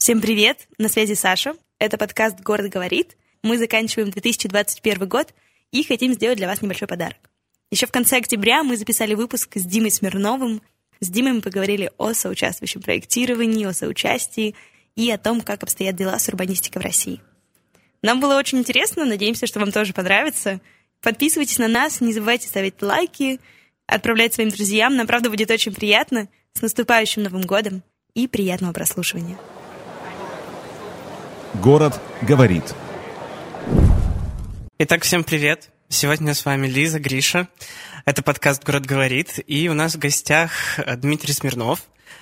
Всем привет! На связи Саша. Это подкаст «Город говорит». Мы заканчиваем 2021 год и хотим сделать для вас небольшой подарок. Еще в конце октября мы записали выпуск с Димой Смирновым. С Димой мы поговорили о соучаствующем проектировании, о соучастии и о том, как обстоят дела с урбанистикой в России. Нам было очень интересно, надеемся, что вам тоже понравится. Подписывайтесь на нас, не забывайте ставить лайки, отправлять своим друзьям. Нам, правда, будет очень приятно. С наступающим Новым годом и приятного прослушивания. Город говорит. Итак, всем привет. Сегодня с вами Лиза, Гриша. Это подкаст «Город говорит». И у нас в гостях Дмитрий Смирнов,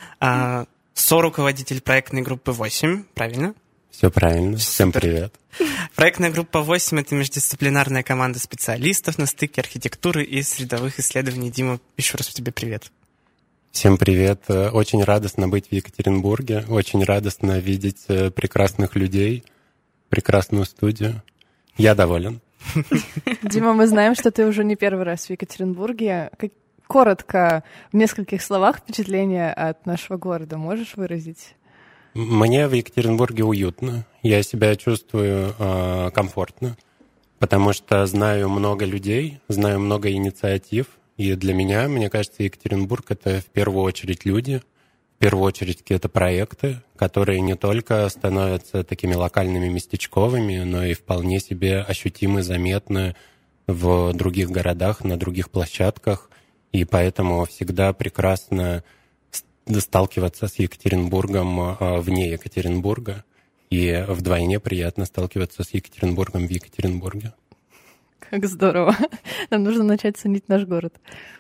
соруководитель проектной группы 8, правильно? Все правильно. Всем привет. Проектная группа 8 – это междисциплинарная команда специалистов на стыке архитектуры и средовых исследований. Дима, еще раз тебе привет. Всем привет. Очень радостно быть в Екатеринбурге. Очень радостно видеть прекрасных людей, прекрасную студию. Я доволен. Дима, мы знаем, что ты уже не первый раз в Екатеринбурге. Коротко, в нескольких словах впечатления от нашего города можешь выразить? Мне в Екатеринбурге уютно. Я себя чувствую комфортно, потому что знаю много людей, знаю много инициатив. И для меня, мне кажется, Екатеринбург — это в первую очередь люди, в первую очередь какие-то проекты, которые не только становятся такими локальными, местечковыми, но и вполне себе ощутимы, заметны в других городах, на других площадках. И поэтому всегда прекрасно сталкиваться с Екатеринбургом вне Екатеринбурга. И вдвойне приятно сталкиваться с Екатеринбургом в Екатеринбурге. Как здорово. Нам нужно начать ценить наш город.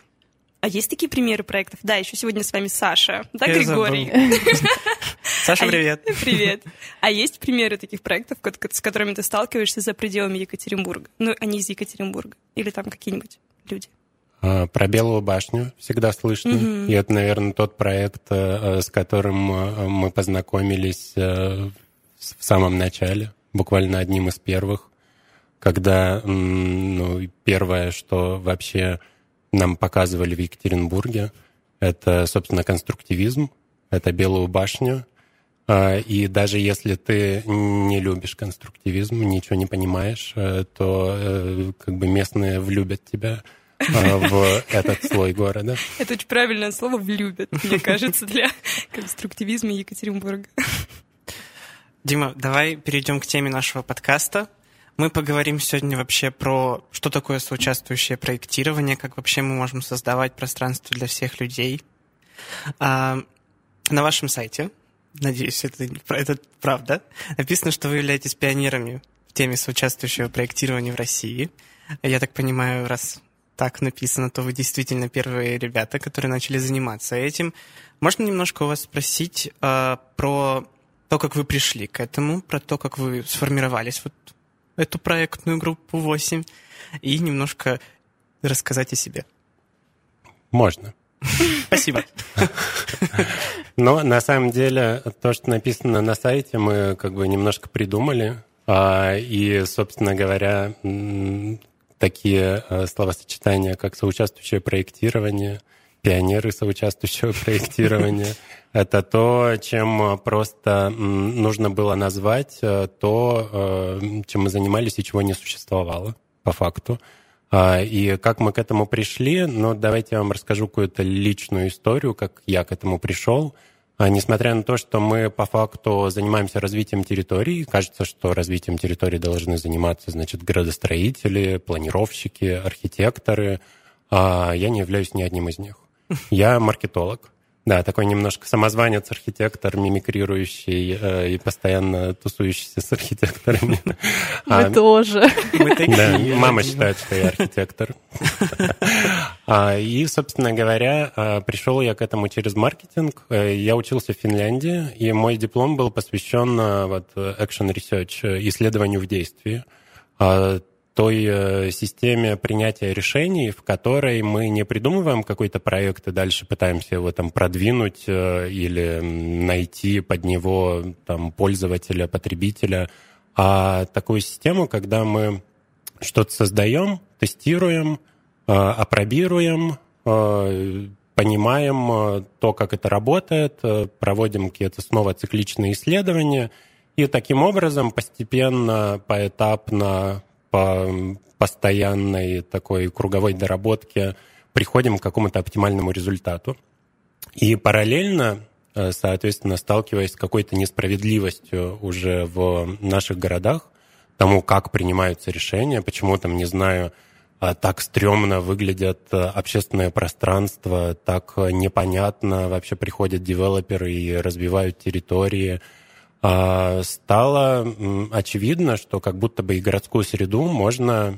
А есть такие примеры проектов? Да, еще сегодня с вами Саша. Да, Григорий? Саша, привет. Привет. А есть примеры таких проектов, с которыми ты сталкиваешься за пределами Екатеринбурга? Ну, они из Екатеринбурга. Или там какие-нибудь люди? Про Белую башню всегда слышно. И это, наверное, тот проект, с которым мы познакомились в самом начале, буквально одним из первых. Когда первое, что вообще нам показывали в Екатеринбурге, это, собственно, конструктивизм, это Белую башню. И даже если ты не любишь конструктивизм, ничего не понимаешь, то как бы местные влюбят тебя в этот слой города. Это очень правильное слово «влюбят», мне кажется, для конструктивизма Екатеринбурга. Дима, давай перейдем к теме нашего подкаста. Мы поговорим сегодня вообще про, что такое соучаствующее проектирование, как вообще мы можем создавать пространство для всех людей. На вашем сайте, надеюсь, это правда, написано, что вы являетесь пионерами в теме соучаствующего проектирования в России. Я так понимаю, раз так написано, то вы действительно первые ребята, которые начали заниматься этим. Можно немножко у вас спросить про то, как вы пришли к этому, про то, как вы сформировались эту проектную группу 8, и немножко рассказать о себе. Можно. Спасибо. Но на самом деле то, что написано на сайте, мы как бы немножко придумали. И, собственно говоря, такие словосочетания, как соучаствующее проектирование, пионеры соучаствующего проектирования, это то, чем просто нужно было назвать то, чем мы занимались и чего не существовало, по факту. И как мы к этому пришли, давайте я вам расскажу какую-то личную историю, как я к этому пришел. Несмотря на то, что мы по факту занимаемся развитием территорий, кажется, что развитием территорий должны заниматься, градостроители, планировщики, архитекторы. Я не являюсь ни одним из них. Я маркетолог. Да, такой немножко самозванец, архитектор, мимикрирующий и постоянно тусующийся с архитекторами. Мы тоже. Да, мама считает, что я архитектор. И, собственно говоря, пришел я к этому через маркетинг. Я учился в Финляндии, и мой диплом был посвящен action research, исследованию в действии, той системе принятия решений, в которой мы не придумываем какой-то проект и дальше пытаемся его продвинуть или найти под него пользователя, потребителя, а такую систему, когда мы что-то создаем, тестируем, апробируем, понимаем то, как это работает, проводим какие-то снова цикличные исследования, и таким образом постепенно, поэтапно, по постоянной такой круговой доработке приходим к какому-то оптимальному результату. И параллельно, соответственно, сталкиваясь с какой-то несправедливостью уже в наших городах, тому, как принимаются решения, почему там, не знаю, так стрёмно выглядят общественное пространство, так непонятно вообще приходят девелоперы и разбивают территории, стало очевидно, что как будто бы и городскую среду можно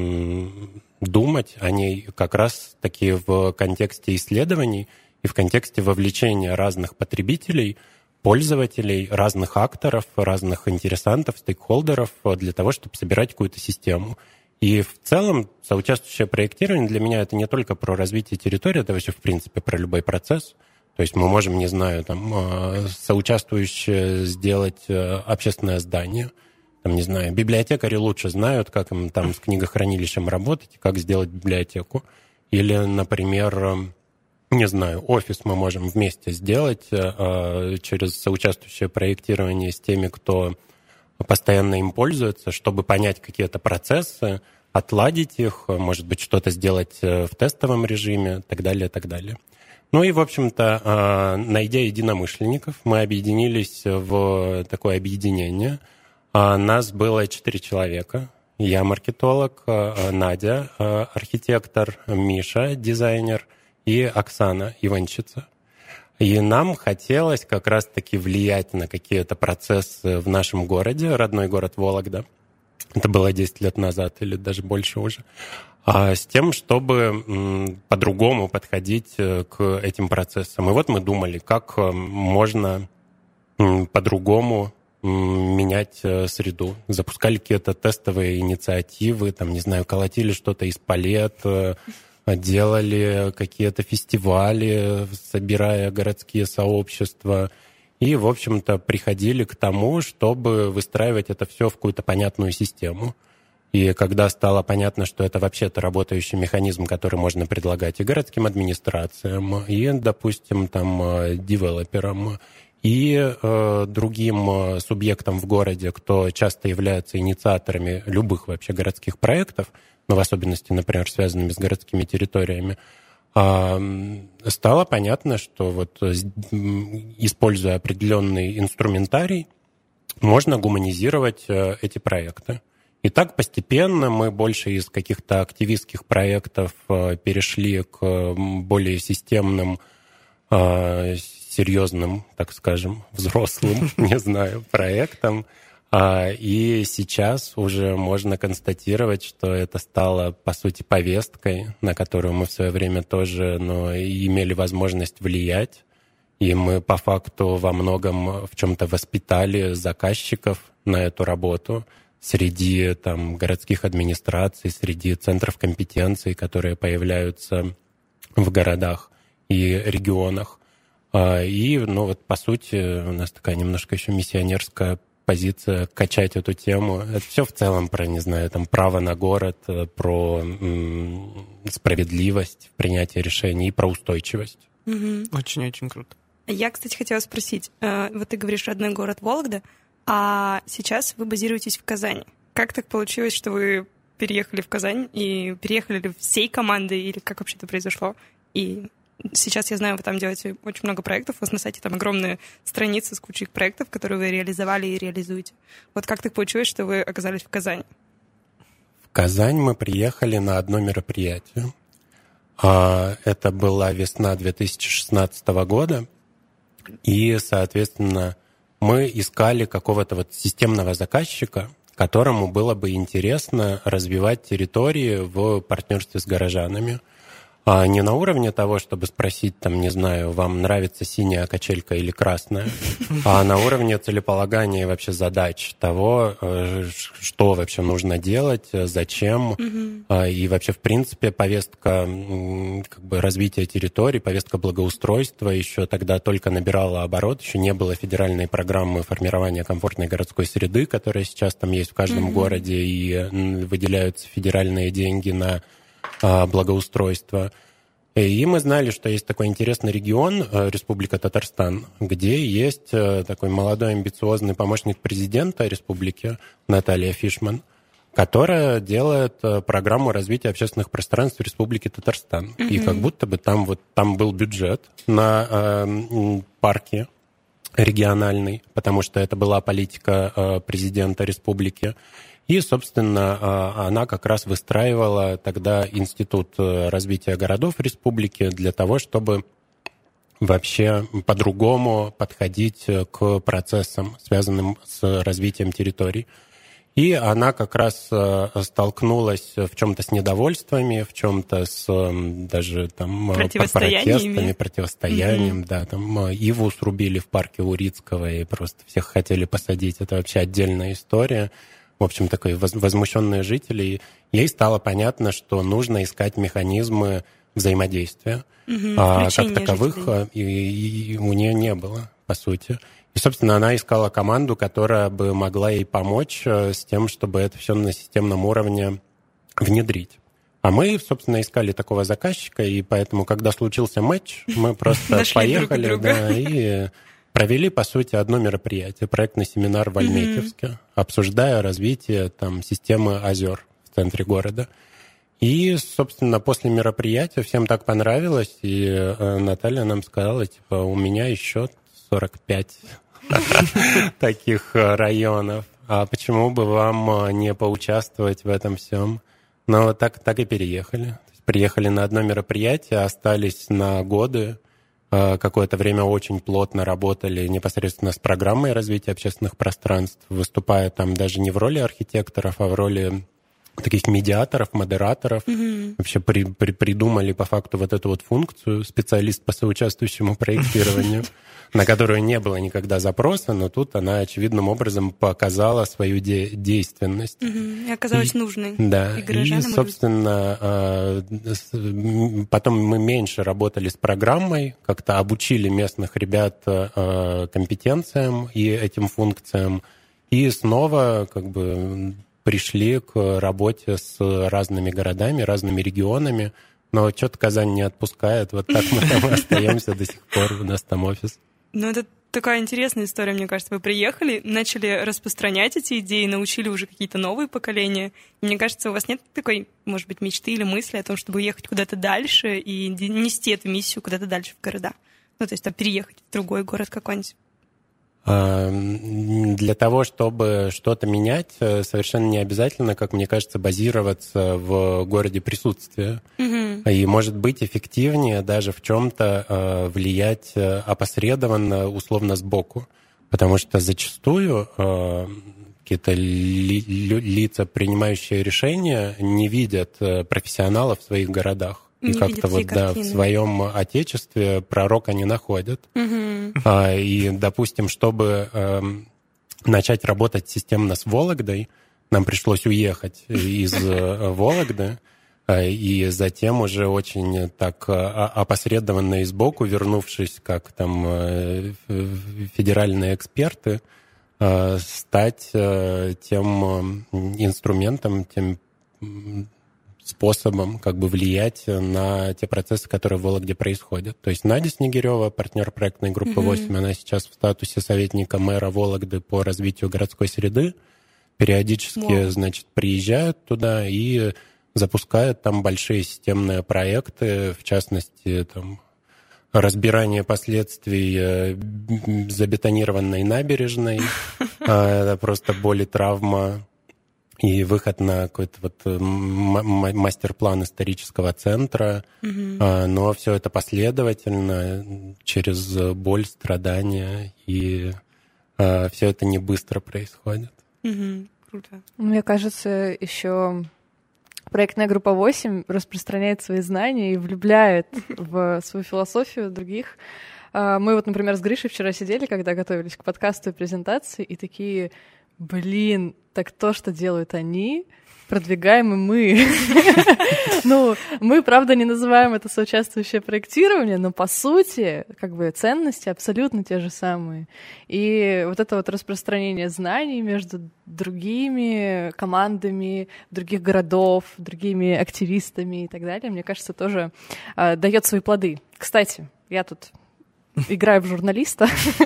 думать о ней как раз-таки в контексте исследований и в контексте вовлечения разных потребителей, пользователей, разных акторов, разных интересантов, стейкхолдеров для того, чтобы собирать какую-то систему. И в целом соучаствующее проектирование для меня это не только про развитие территории, это вообще в принципе про любой процесс. То есть мы можем, не знаю, там, соучаствующе сделать общественное здание. Там, не знаю, библиотекари лучше знают, как им там с книгохранилищем работать, как сделать библиотеку. Или, например, не знаю, офис мы можем вместе сделать через соучаствующее проектирование с теми, кто постоянно им пользуется, чтобы понять какие-то процессы, отладить их, может быть, что-то сделать в тестовом режиме, и так далее, и так далее. Ну и, в общем-то, найдя единомышленников, мы объединились в такое объединение. Нас было 4 человека. Я маркетолог, Надя, архитектор, Миша, дизайнер, и Оксана, ивенщица. И нам хотелось как раз-таки влиять на какие-то процессы в нашем городе, родной город Вологда. Это было 10 лет назад или даже больше уже. С тем, чтобы по-другому подходить к этим процессам. И вот мы думали, как можно по-другому менять среду. Запускали какие-то тестовые инициативы, там, не знаю, колотили что-то из палет, делали какие-то фестивали, собирая городские сообщества. И, в общем-то, приходили к тому, чтобы выстраивать это все в какую-то понятную систему. И когда стало понятно, что это вообще-то работающий механизм, который можно предлагать и городским администрациям, и, допустим, там, девелоперам, и другим субъектам в городе, кто часто является инициаторами любых вообще городских проектов, но в особенности, например, связанными с городскими территориями, стало понятно, что вот используя определенный инструментарий, можно гуманизировать эти проекты. И так постепенно мы больше из каких-то активистских проектов перешли к более системным, серьезным, так скажем, взрослым, не знаю, проектам. И сейчас уже можно констатировать, что это стало, по сути, повесткой, на которую мы в свое время тоже имели возможность влиять. И мы по факту во многом в чем-то воспитали заказчиков на эту работу среди там, городских администраций, среди центров компетенций, которые появляются в городах и регионах. И, вот, по сути, у нас такая немножко еще миссионерская позиция качать эту тему. Это все в целом про, не знаю, там, право на город, про справедливость в принятии решений и про устойчивость. Очень-очень круто. Я, кстати, хотела спросить. Вот ты говоришь, родной город Вологда, а сейчас вы базируетесь в Казани. Как так получилось, что вы переехали в Казань? И переехали ли всей командой? Или как вообще это произошло? И сейчас, я знаю, вы там делаете очень много проектов. У вас на сайте там огромные страницы с кучей проектов, которые вы реализовали и реализуете. Вот как так получилось, что вы оказались в Казани? В Казань мы приехали на одно мероприятие. Это была весна 2016 года. И, соответственно, мы искали какого-то вот системного заказчика, которому было бы интересно развивать территории в партнерстве с горожанами. Не на уровне того, чтобы спросить, там, не знаю, вам нравится синяя качелька или красная, а на уровне целеполагания вообще задач того, что вообще нужно делать, зачем. И вообще, в принципе, повестка как бы, развития территорий, повестка благоустройства еще тогда только набирала оборот, еще не было федеральной программы формирования комфортной городской среды, которая сейчас там есть в каждом городе, и выделяются федеральные деньги на благоустройство. И мы знали, что есть такой интересный регион, Республика Татарстан, где есть такой молодой амбициозный помощник президента республики Наталья Фишман, которая делает программу развития общественных пространств в Республике Татарстан. Mm-hmm. И как будто бы там был бюджет на парки региональный, потому что это была политика президента республики. И, собственно, она как раз выстраивала тогда Институт развития городов республики для того, чтобы вообще по-другому подходить к процессам, связанным с развитием территорий. И она как раз столкнулась в чем-то с недовольствами, в чем-то с даже там протестами, противостоянием. Mm-hmm. Да, там иву срубили в парке Урицкого и просто всех хотели посадить. Это вообще отдельная история. В общем, такой возмущенные жители. И ей стало понятно, что нужно искать механизмы взаимодействия. Mm-hmm. Как таковых и у нее не было, по сути. И, собственно, она искала команду, которая бы могла ей помочь с тем, чтобы это все на системном уровне внедрить. А мы, собственно, искали такого заказчика, и поэтому, когда случился матч, мы просто поехали и провели, по сути, одно мероприятие, проектный семинар в Альметьевске, обсуждая развитие там системы озер в центре города. И, собственно, после мероприятия всем так понравилось, и Наталья нам сказала, типа, у меня еще 45 таких районов. А почему бы вам не поучаствовать в этом всем? Но так и переехали. Приехали на одно мероприятие, остались на годы. Какое-то время очень плотно работали непосредственно с программой развития общественных пространств, выступая там даже не в роли архитекторов, а в роли таких медиаторов, модераторов. Mm-hmm. Вообще придумали по факту вот эту вот функцию специалист по соучаствующему проектированию, на которую не было никогда запроса, но тут она очевидным образом показала свою действенность. И оказалась нужной. Да, и, собственно, потом мы меньше работали с программой, как-то обучили местных ребят компетенциям и этим функциям, и снова как бы пришли к работе с разными городами, разными регионами, но что-то Казань не отпускает, вот так мы там остаемся до сих пор, у нас там офис. Ну, это такая интересная история, мне кажется. Вы приехали, начали распространять эти идеи, научили уже какие-то новые поколения. И мне кажется, у вас нет такой, может быть, мечты или мысли о том, чтобы ехать куда-то дальше и нести эту миссию куда-то дальше в города? Ну, то есть там переехать в другой город какой-нибудь. Для того, чтобы что-то менять, совершенно не обязательно, как мне кажется, базироваться в городе присутствия. Mm-hmm. И, может быть, эффективнее даже в чем-то влиять опосредованно, условно, сбоку. Потому что зачастую какие-то лица, принимающие решения, не видят профессионалов в своих городах. И как-то вот в своем отечестве пророка не находят. Mm-hmm. И, допустим, чтобы начать работать системно с Вологдой, нам пришлось уехать из Вологды, и затем уже очень так опосредованно и сбоку, вернувшись как там федеральные эксперты, стать тем инструментом, тем способом как бы влиять на те процессы, которые в Вологде происходят. То есть Надя Снегирева, партнер проектной группы 8, она сейчас в статусе советника мэра Вологды по развитию городской среды, периодически, значит, приезжают туда и запускают там большие системные проекты, в частности, там, разбирание последствий забетонированной набережной, это просто боль и травма, и выход на какой-то вот мастер-план исторического центра, но все это последовательно, через боль, страдания, и все это не быстро происходит. Круто. Мне кажется, еще проектная группа 8 распространяет свои знания и влюбляет в свою философию других. Мы вот, например, с Гришей вчера сидели, когда готовились к подкасту и презентации, и такие: блин, так то, что делают они, продвигаем и мы. Ну, мы, правда, не называем это соучаствующее проектирование, но по сути, как бы ценности абсолютно те же самые. И вот это вот распространение знаний между другими командами других городов, другими активистами и так далее, мне кажется, тоже дает свои плоды. Кстати, я тут играю в журналиста,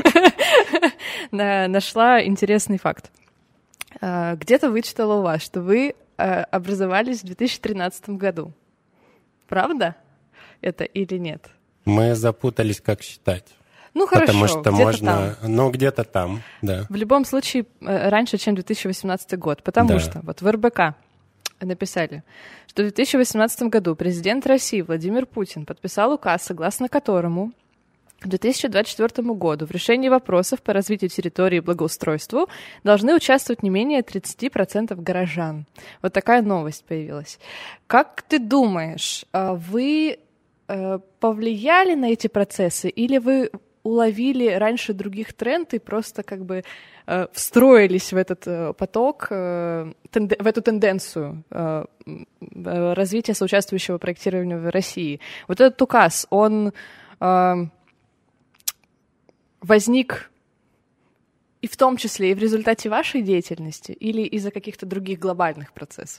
нашла интересный факт. Где-то вычитала у вас, что вы образовались в 2013 году. Правда это или нет? Мы запутались, как считать. Ну, хорошо, потому что где-то можно... там. Ну, где-то там, да. В любом случае, раньше, чем 2018 год. Потому что вот в РБК написали, что в 2018 году президент России Владимир Путин подписал указ, согласно которому к 2024 году в решении вопросов по развитию территории и благоустройству должны участвовать не менее 30% горожан. Вот такая новость появилась. Как ты думаешь, вы повлияли на эти процессы или вы уловили раньше других тренд и просто как бы встроились в этот поток, в эту тенденцию развития соучаствующего проектирования в России? Вот этот указ, он возник и в том числе и в результате вашей деятельности или из-за каких-то других глобальных процессов?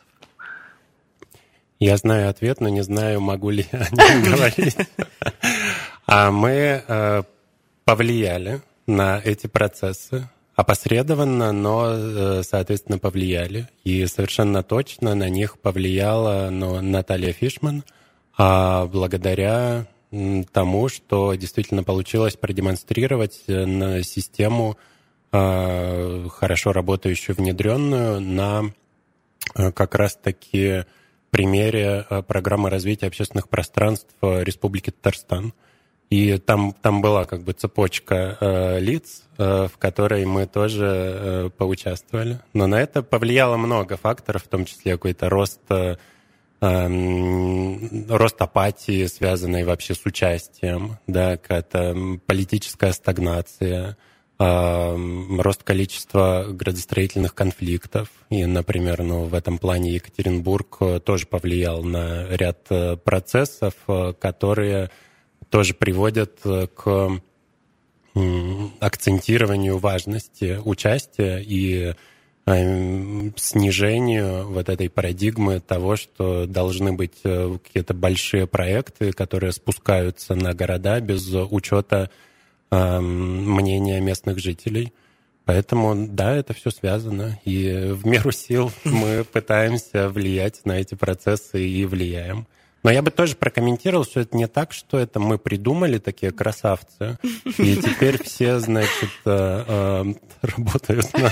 Я знаю ответ, но не знаю, могу ли о нем говорить. А мы повлияли на эти процессы опосредованно, но, соответственно, повлияли. И совершенно точно на них повлияла Наталья Фишман, благодаря тому, что действительно получилось продемонстрировать на систему, хорошо работающую, внедренную на как раз-таки примере программы развития общественных пространств Республики Татарстан. И там была как бы цепочка лиц, в которой мы тоже поучаствовали. Но на это повлияло много факторов, в том числе какой-то рост апатии, связанной вообще с участием, да, какая-то политическая стагнация, рост количества градостроительных конфликтов. И, например, в этом плане Екатеринбург тоже повлиял на ряд процессов, которые тоже приводят к акцентированию важности участия и снижению вот этой парадигмы того, что должны быть какие-то большие проекты, которые спускаются на города без учета мнения местных жителей. Поэтому, да, это все связано. И в меру сил мы пытаемся влиять на эти процессы и влияем. Но я бы тоже прокомментировал, что это не так, что это мы придумали такие красавцы, и теперь все, значит, работают на...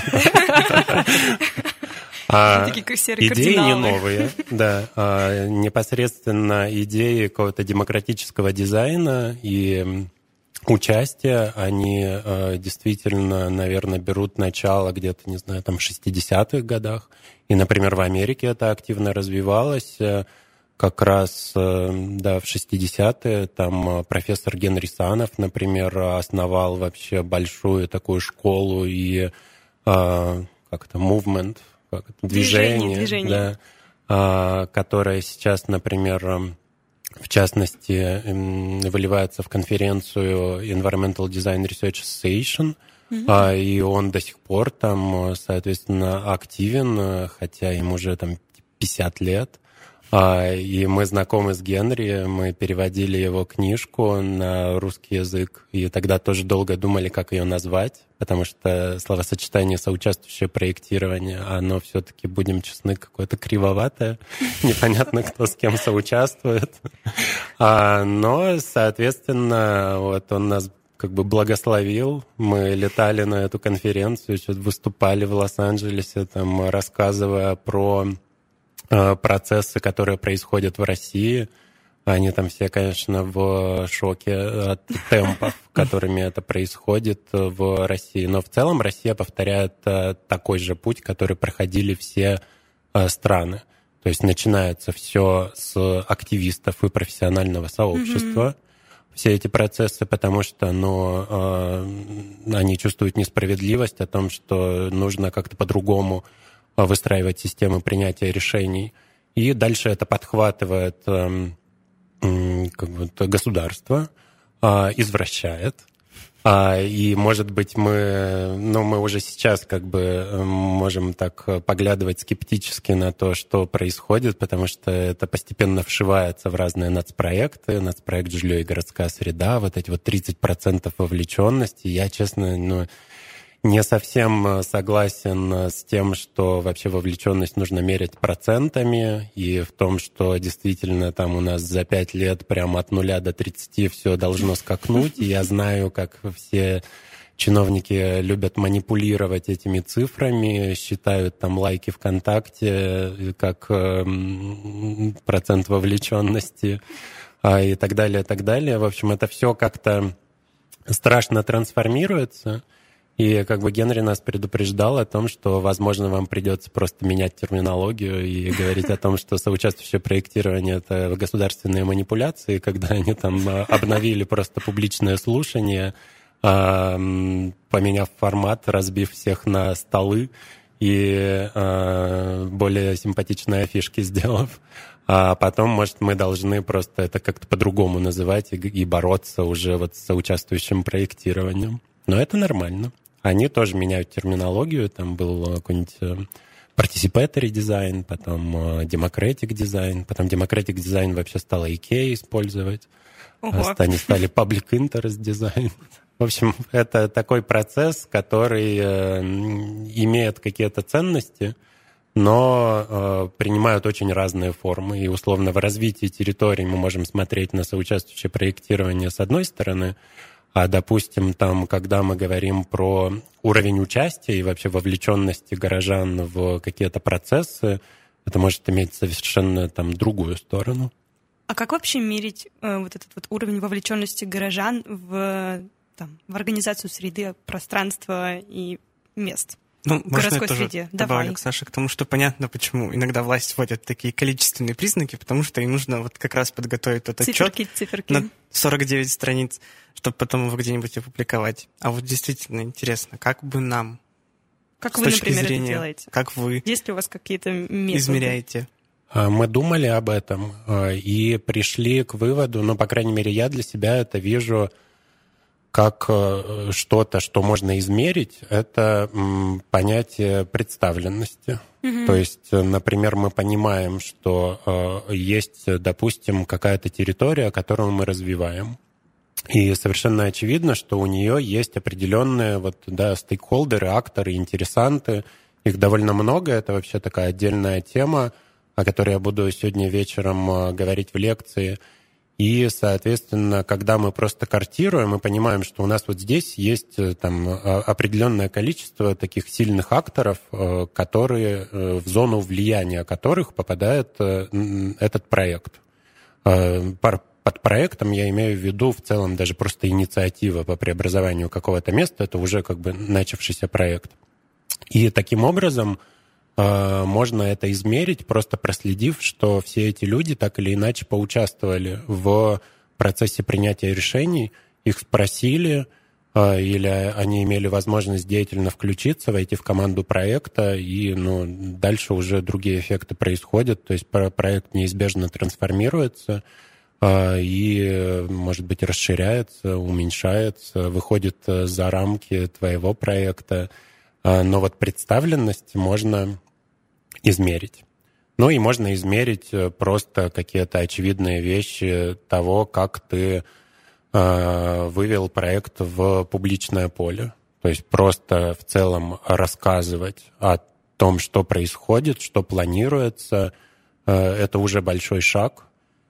Идеи не новые, да. Непосредственно идеи какого-то демократического дизайна и участия, они действительно, наверное, берут начало где-то, не знаю, там в 60-х годах. И, например, в Америке это активно развивалось. Как раз, да, в 60-е там профессор Генри Санов, например, основал вообще большую такую школу и movement, движение. Да, которое сейчас, например, в частности, выливается в конференцию Environmental Design Research Association, и он до сих пор там, соответственно, активен, хотя ему уже там 50 лет. И мы знакомы с Генри, мы переводили его книжку на русский язык, и тогда тоже долго думали, как ее назвать, потому что словосочетание «соучаствующее проектирование», оно все-таки, будем честны, какое-то кривоватое, непонятно, кто с кем соучаствует. Но, соответственно, вот он нас как бы благословил, мы летали на эту конференцию, выступали в Лос-Анджелесе, там, рассказывая про процессы, которые происходят в России. Они там все, конечно, в шоке от темпов, которыми это происходит в России. Но в целом Россия повторяет такой же путь, который проходили все страны. То есть начинается все с активистов и профессионального сообщества. все эти процессы, потому что они чувствуют несправедливость о том, что нужно как-то по-другому выстраивать системы принятия решений. И дальше это подхватывает государство, извращает. И, может быть, мы уже сейчас можем так поглядывать скептически на то, что происходит, потому что это постепенно вшивается в разные нацпроекты, нацпроект «Жилье и городская среда», вот эти 30% вовлеченности. Я, честно, не совсем согласен с тем, что вообще вовлеченность нужно мерять процентами, и в том, что действительно там у нас за 5 лет прямо от 0 до 30 все должно скакнуть. И я знаю, как все чиновники любят манипулировать этими цифрами, считают там лайки ВКонтакте как процент вовлеченности и так далее, и так далее. В общем, это все как-то страшно трансформируется. И Генри нас предупреждал о том, что, возможно, вам придется просто менять терминологию и говорить о том, что соучаствующее проектирование — это государственные манипуляции, когда они там обновили просто публичное слушание, поменяв формат, разбив всех на столы и более симпатичные афишки сделав. А потом, может, мы должны просто это как-то по-другому называть и бороться уже с соучаствующим проектированием. Но это нормально. Они тоже меняют терминологию. Там был какой-нибудь participatory дизайн, потом democratic дизайн. Потом democratic дизайн вообще стала IKEA использовать. Они стали public interest дизайн. В общем, это такой процесс, который имеет какие-то ценности, но принимают очень разные формы. И, условно, в развитии территорий мы можем смотреть на соучаствующее проектирование с одной стороны, а, допустим, там, когда мы говорим про уровень участия и вообще вовлеченности горожан в какие-то процессы, это может иметь совершенно другую сторону. А как вообще мерить этот уровень вовлеченности горожан в организацию среды, пространства и мест? Можно я тоже добавлю к Саше, к тому, что понятно, почему иногда власть вводит такие количественные признаки, потому что им нужно как раз подготовить этот отчет на 49 страниц, чтобы потом его где-нибудь опубликовать. А вот действительно интересно, как бы нам, как вы, например, это делаете? Как вы есть ли у вас какие-то методы? Измеряете? Мы думали об этом и пришли к выводу, по крайней мере, я для себя это вижу как что-то, что можно измерить, это понятие представленности. Mm-hmm. То есть, например, мы понимаем, что есть, допустим, какая-то территория, которую мы развиваем. И совершенно очевидно, что у нее есть определенные стейкхолдеры, акторы, интересанты. Их довольно много. Это вообще такая отдельная тема, о которой я буду сегодня вечером говорить в лекции. И, соответственно, когда мы просто картируем, мы понимаем, что у нас здесь есть определенное количество таких сильных акторов, которые, в зону влияния которых попадает этот проект. Под проектом я имею в виду в целом даже просто инициатива по преобразованию какого-то места. Это уже начавшийся проект. И таким образом можно это измерить, просто проследив, что все эти люди так или иначе поучаствовали в процессе принятия решений, их спросили, или они имели возможность деятельно включиться, войти в команду проекта, и дальше уже другие эффекты происходят, то есть проект неизбежно трансформируется и, может быть, расширяется, уменьшается, выходит за рамки твоего проекта. Но представленность можно измерить. И можно измерить просто какие-то очевидные вещи того, как ты вывел проект в публичное поле. То есть просто в целом рассказывать о том, что происходит, что планируется. Это уже большой шаг.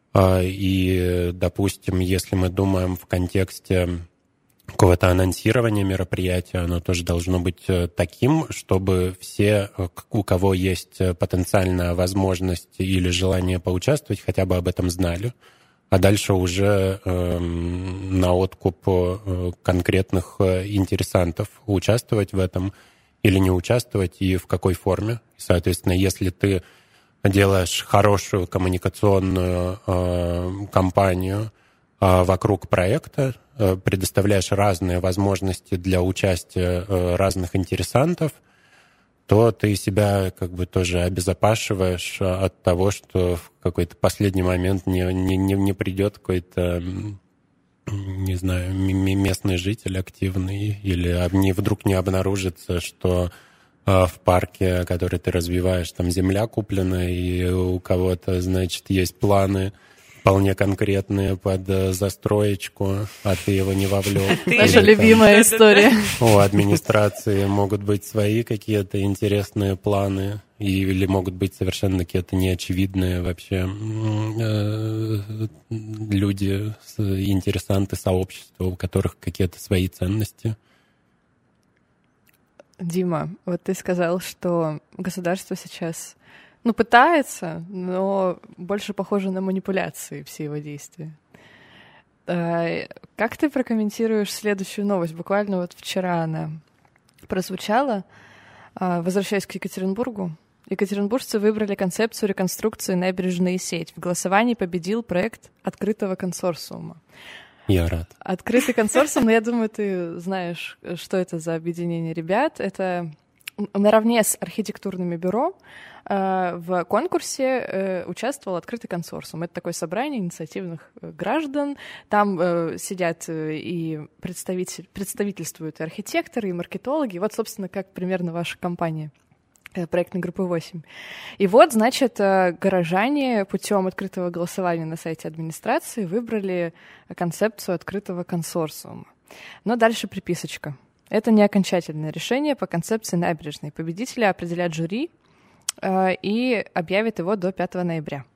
И, допустим, если мы думаем в контексте какого-то анонсирования мероприятия, оно тоже должно быть таким, чтобы все, у кого есть потенциальная возможность или желание поучаствовать, хотя бы об этом знали. А дальше уже на откуп конкретных интересантов участвовать в этом или не участвовать и в какой форме. Соответственно, если ты делаешь хорошую коммуникационную кампанию, вокруг проекта, предоставляешь разные возможности для участия разных интересантов, то ты себя как бы тоже обезопашиваешь от того, что в какой-то последний момент не придет какой-то, не знаю, местный житель активный, или вдруг не обнаружится, что в парке, который ты развиваешь, там земля куплена, и у кого-то, значит, есть планы вполне конкретные под застроечку, а ты его не вовлек. Наша любимая история. У администрации могут быть свои какие-то интересные планы, или могут быть совершенно какие-то неочевидные вообще люди, интересанты сообщества, у которых какие-то свои ценности. Дима, вот ты сказал, что государство сейчас, пытается, но больше похоже на манипуляции все его действия. Как ты прокомментируешь следующую новость? Буквально вот вчера она прозвучала. Возвращаясь к Екатеринбургу, екатеринбуржцы выбрали концепцию реконструкции набережной и сеть. В голосовании победил проект открытого консорциума. Я рад. Открытый консорциум, но я думаю, ты знаешь, что это за объединение ребят. Это наравне с архитектурными бюро в конкурсе участвовал открытый консорциум. Это такое собрание инициативных граждан. Там сидят и представительствуют и архитекторы, и маркетологи. Вот, собственно, как примерно ваша компания проектной группы 8. И вот, значит, горожане путем открытого голосования на сайте администрации выбрали концепцию открытого консорциума. Но дальше приписочка. Это не окончательное решение по концепции набережной. Победителя определят жюри и объявит его до 5 ноября.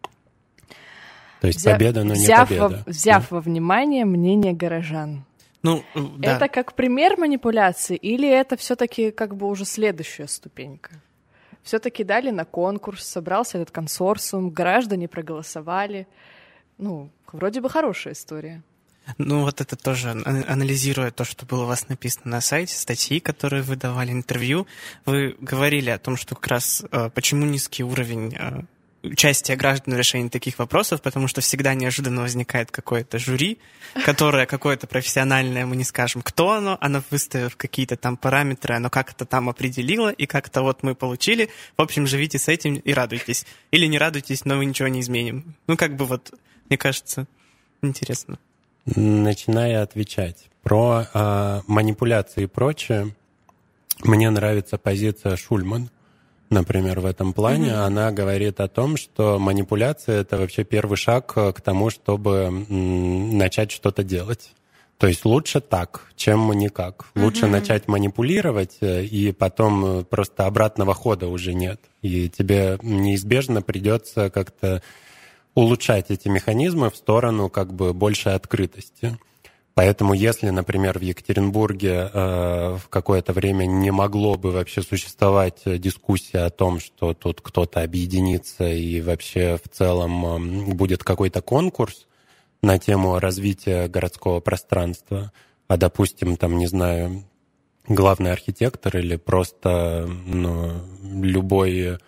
То есть победа, но не победа. Взяв во внимание мнение горожан. Да. Это как пример манипуляции или это все-таки как бы уже следующая ступенька? Все-таки дали на конкурс, собрался этот консорциум, граждане проголосовали. Вроде бы хорошая история. Вот это тоже, анализируя то, что было у вас написано на сайте, статьи, которые вы давали, интервью, вы говорили о том, что как раз почему низкий уровень участия граждан в решении таких вопросов, потому что всегда неожиданно возникает какое-то жюри, которое какое-то профессиональное, мы не скажем, кто оно выставив какие-то там параметры, оно как-то там определило, и как-то вот мы получили, в общем, живите с этим и радуйтесь. Или не радуйтесь, но мы ничего не изменим. Мне кажется, интересно. Начиная отвечать про манипуляции и прочее, мне нравится позиция Шульман, например, в этом плане. Она говорит о том, что манипуляция — это вообще первый шаг к тому, чтобы начать что-то делать. То есть лучше так, чем никак. Лучше начать манипулировать, и потом просто обратного хода уже нет. И тебе неизбежно придется как-то улучшать эти механизмы в сторону как бы большей открытости. Поэтому если, например, в Екатеринбурге в какое-то время не могло бы вообще существовать дискуссия о том, что тут кто-то объединится и вообще в целом будет какой-то конкурс на тему развития городского пространства, а, допустим, там, не знаю, главный архитектор или просто любой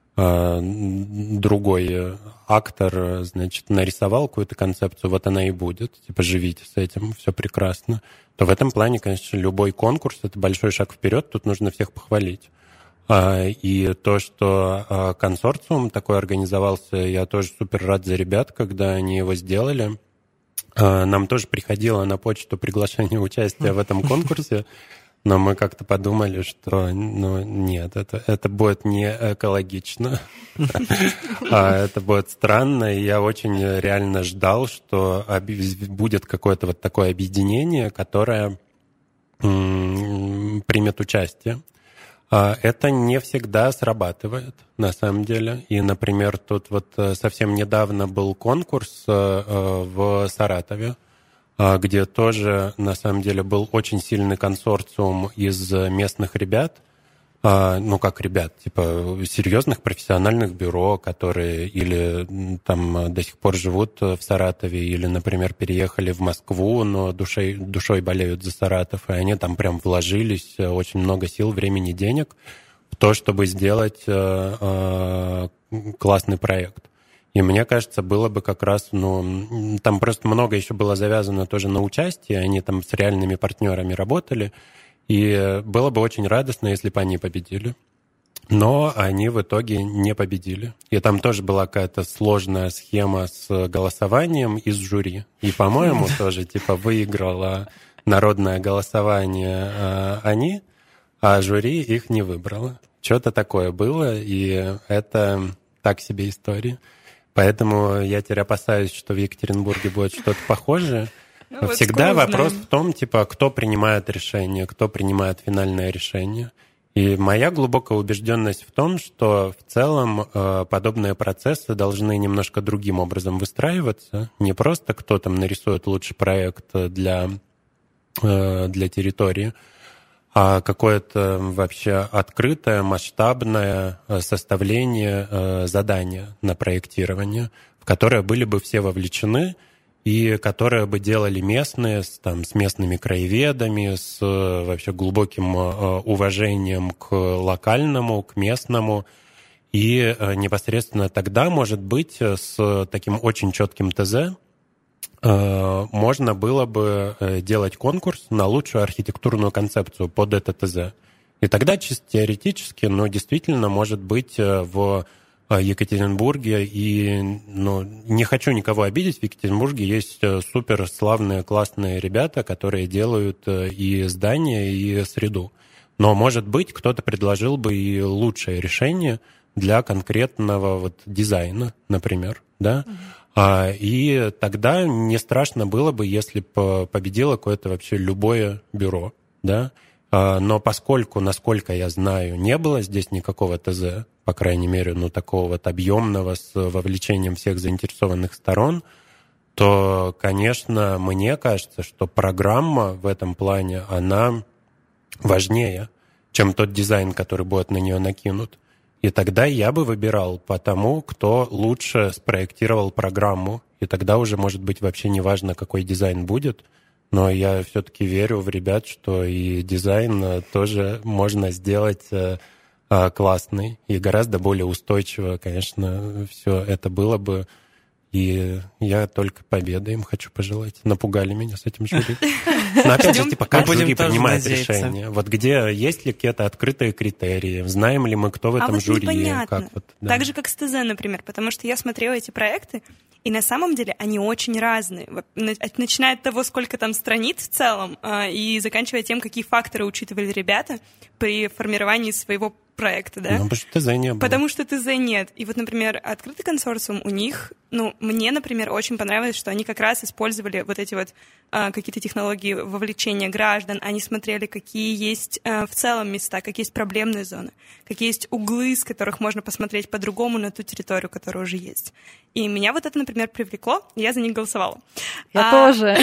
другой актор, значит, нарисовал какую-то концепцию, вот она и будет, типа, живите с этим, все прекрасно, то в этом плане, конечно, любой конкурс — это большой шаг вперед, тут нужно всех похвалить. И то, что консорциум такой организовался, я тоже супер рад за ребят, когда они его сделали. Нам тоже приходило на почту приглашение участия в этом конкурсе, но мы как-то подумали, что нет, это будет не экологично, это будет странно, и я очень реально ждал, что будет какое-то вот такое объединение, которое примет участие. Это не всегда срабатывает, на самом деле. И, например, тут вот совсем недавно был конкурс в Саратове, где тоже, на самом деле, был очень сильный консорциум из местных ребят, типа серьезных профессиональных бюро, которые или там до сих пор живут в Саратове, или, например, переехали в Москву, но душой болеют за Саратов, и они там прям вложились очень много сил, времени, денег в то, чтобы сделать классный проект. И мне кажется, было бы как раз, там просто много еще было завязано тоже на участие, они там с реальными партнерами работали, и было бы очень радостно, если бы они победили. Но они в итоге не победили. И там тоже была какая-то сложная схема с голосованием из жюри. И, по-моему, тоже выиграло народное голосование они, а жюри их не выбрало. Что-то такое было, и это так себе история. Поэтому я теперь опасаюсь, что в Екатеринбурге будет что-то похожее. Всегда вопрос в том, кто принимает решение, кто принимает финальное решение. И моя глубокая убежденность в том, что в целом подобные процессы должны немножко другим образом выстраиваться. Не просто кто там нарисует лучший проект для территории, а какое-то вообще открытое, масштабное составление задания на проектирование, в которое были бы все вовлечены, и которые бы делали местные, с местными краеведами, с вообще глубоким уважением к локальному, к местному. И непосредственно тогда, может быть, с таким очень четким ТЗ можно было бы делать конкурс на лучшую архитектурную концепцию под это ТЗ. И тогда чисто теоретически, действительно, может быть, в Екатеринбурге, и не хочу никого обидеть, в Екатеринбурге есть супер славные, классные ребята, которые делают и здания, и среду. Но, может быть, кто-то предложил бы и лучшее решение для конкретного дизайна, например, да? И тогда не страшно было бы, если бы победило какое-то вообще любое бюро, да? Но поскольку, насколько я знаю, не было здесь никакого ТЗ, по крайней мере, такого объемного с вовлечением всех заинтересованных сторон, то, конечно, мне кажется, что программа в этом плане, она важнее, чем тот дизайн, который будет на нее накинут. И тогда я бы выбирал по тому, кто лучше спроектировал программу. И тогда уже, может быть, вообще не важно, какой дизайн будет. Но я все-таки верю в ребят, что и дизайн тоже можно сделать классный. И гораздо более устойчиво, конечно, все это было бы. И я только победы им хочу пожелать. Напугали меня с этим жюри. Но опять же, как жюри принимает решение? Где есть ли какие-то открытые критерии? Знаем ли мы, кто в этом жюри? Непонятно. Так же, как с ТЗ, например. Потому что я смотрела эти проекты, и на самом деле они очень разные. Начиная от того, сколько там страниц в целом, и заканчивая тем, какие факторы учитывали ребята при формировании своего проекта, да? Потому что ТЗ не было. Потому что ТЗ нет. И например, открытый консорциум у них, мне, например, очень понравилось, что они как раз использовали эти какие-то технологии вовлечения граждан, они смотрели, какие есть в целом места, какие есть проблемные зоны, какие есть углы, с которых можно посмотреть по-другому на ту территорию, которая уже есть. И меня это, например, привлекло, и я за них голосовала. Я тоже.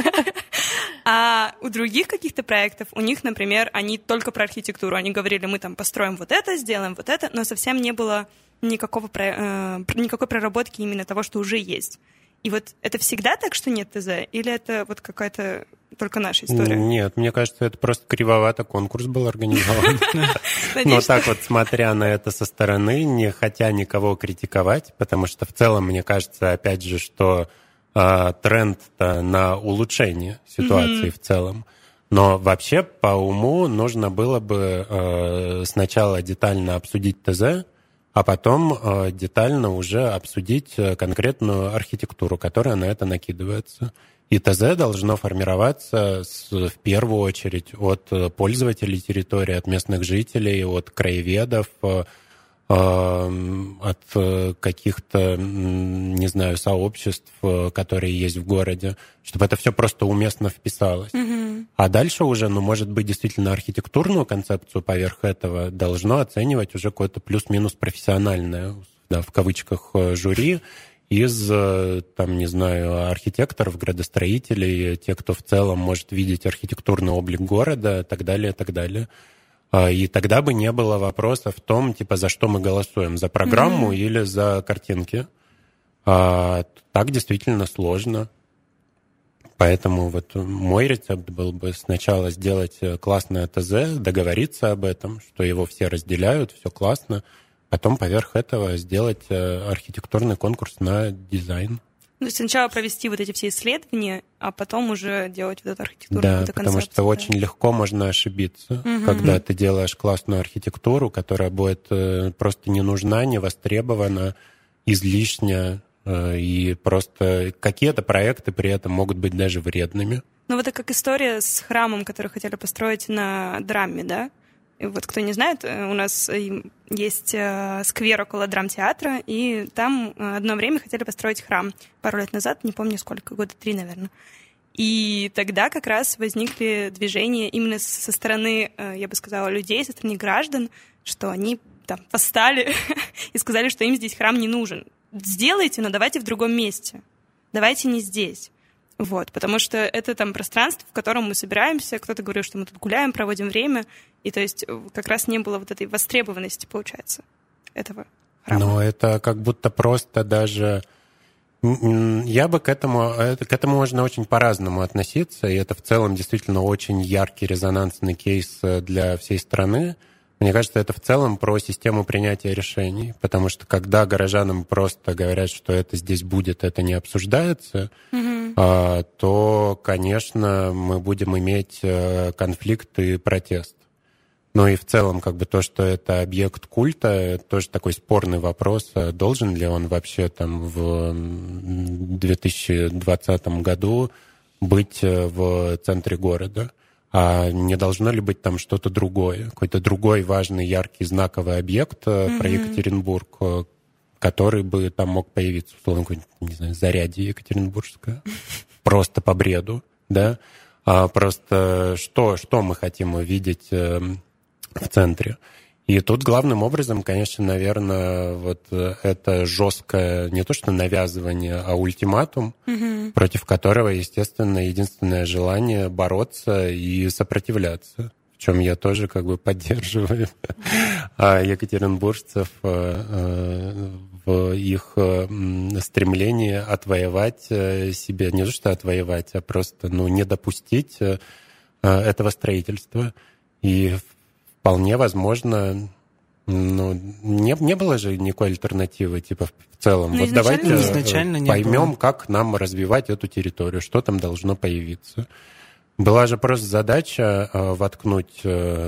А у других каких-то проектов, у них, например, они только про архитектуру. Они говорили, мы построим это, сделаем это, но совсем не было никакой проработки именно того, что уже есть. И это всегда так, что нет ТЗ? Или это какая-то только наша история? Нет, мне кажется, это просто кривовато конкурс был организован. Но так смотря на это со стороны, не хотя никого критиковать, потому что в целом, мне кажется, опять же, что тренд-то на улучшение ситуации в целом. Но вообще, по уму, нужно было бы сначала детально обсудить ТЗ, а потом детально уже обсудить конкретную архитектуру, которая на это накидывается. И ТЗ должно формироваться в первую очередь от пользователей территории, от местных жителей, от краеведов, от каких-то, не знаю, сообществ, которые есть в городе, чтобы это все просто уместно вписалось. А дальше уже, может быть, действительно архитектурную концепцию поверх этого должно оценивать уже какое-то плюс-минус профессиональное, да, в кавычках, жюри из, не знаю, архитекторов, градостроителей, те, кто в целом может видеть архитектурный облик города, и так далее, и так далее. И тогда бы не было вопроса в том, за что мы голосуем, за программу или за картинки. Так действительно сложно. Поэтому мой рецепт был бы сначала сделать классное ТЗ, договориться об этом, что его все разделяют, все классно, потом поверх этого сделать архитектурный конкурс на дизайн. То есть сначала провести вот эти все исследования, а потом уже делать вот эту архитектуру. Да, потому что очень легко можно ошибиться, когда ты делаешь классную архитектуру, которая будет просто не нужна, не востребована, излишняя, и просто какие-то проекты при этом могут быть даже вредными. Ну вот это как история с храмом, который хотели построить на Драме, да? И вот кто не знает, у нас есть сквер около драмтеатра, и там одно время хотели построить храм. Пару лет назад, не помню сколько, 3 года, наверное. И тогда как раз возникли движения именно со стороны, я бы сказала, людей, со стороны граждан, что они там восстали и сказали, что им здесь храм не нужен. Сделайте, но давайте в другом месте. Давайте не здесь. Вот, потому что это там пространство, в котором мы собираемся. Кто-то говорил, что мы тут гуляем, проводим время. И то есть как раз не было вот этой востребованности, получается, этого храма. Но это как будто просто даже... Я бы к этому можно очень по-разному относиться, и это в целом действительно очень яркий резонансный кейс для всей страны. Мне кажется, это в целом про систему принятия решений, потому что когда горожанам просто говорят, что это здесь будет, это не обсуждается, то, конечно, мы будем иметь конфликт и протест. Ну и в целом, как бы то, что это объект культа, это тоже такой спорный вопрос, должен ли он вообще там в 2020 году быть в центре города, а не должно ли быть там что-то другое, какой-то другой важный, яркий, знаковый объект про Екатеринбург, который бы там мог появиться, условно, не знаю, Зарядье Екатеринбургское, просто по бреду, да, а просто что мы хотим увидеть в центре. И тут главным образом, конечно, наверное, вот это жесткое не то что навязывание, а ультиматум, против которого, естественно, единственное желание бороться и сопротивляться, в чем я тоже как бы поддерживаю екатеринбуржцев в их стремлении отвоевать себе, не то что отвоевать, а просто не допустить этого строительства. И вполне возможно, не было же никакой альтернативы, типа, в целом. Вот давайте поймем, как нам развивать эту территорию, что там должно появиться. Была же просто задача воткнуть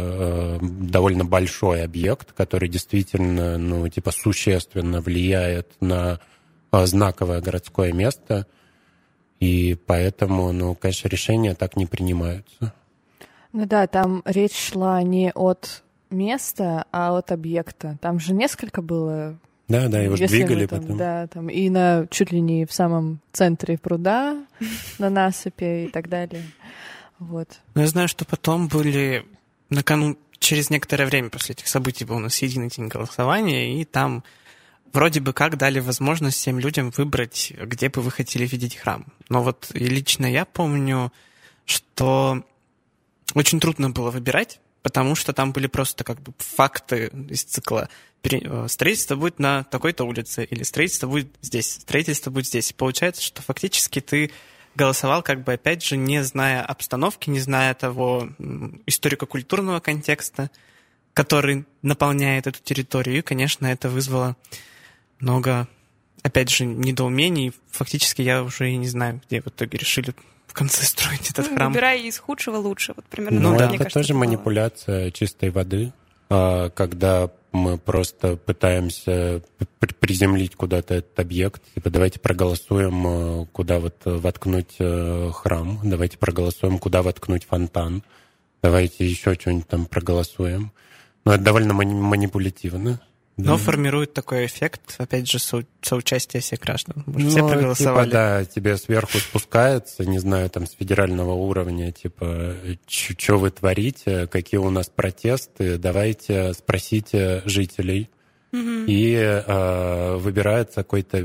довольно большой объект, который действительно, существенно влияет на знаковое городское место, и поэтому, конечно, решения так не принимаются. Ну да, там речь шла не от места, а от объекта. Там же несколько было. Да, его же двигали потом. Да, там и чуть ли не в самом центре пруда, на насыпи и так далее. Вот. Я знаю, что потом были через некоторое время после этих событий был у нас единый день голосования, и там вроде бы как дали возможность всем людям выбрать, где бы вы хотели видеть храм. Но вот лично я помню, что очень трудно было выбирать, потому что там были просто как бы факты из цикла. Строительство будет на такой-то улице, или строительство будет здесь, строительство будет здесь. И получается, что фактически ты голосовал, как бы, опять же, не зная обстановки, не зная того историко-культурного контекста, который наполняет эту территорию. И, конечно, это вызвало много, опять же, недоумений. Фактически я уже и не знаю, где в итоге решили в конце строить этот храм. Выбирай из худшего лучше. Вот примерно это мне кажется, тоже манипуляция чистой воды, когда мы просто пытаемся приземлить куда-то этот объект. Типа, давайте проголосуем, куда вот воткнуть храм, давайте проголосуем, куда воткнуть фонтан, давайте еще что-нибудь там проголосуем. Но это довольно манипулятивно. Но формирует такой эффект, опять же, соучастия всех граждан. Все проголосовали. Типа, тебе сверху спускается, не знаю, там с федерального уровня, типа, что вы творите, какие у нас протесты, давайте спросите жителей. И выбирается какой-то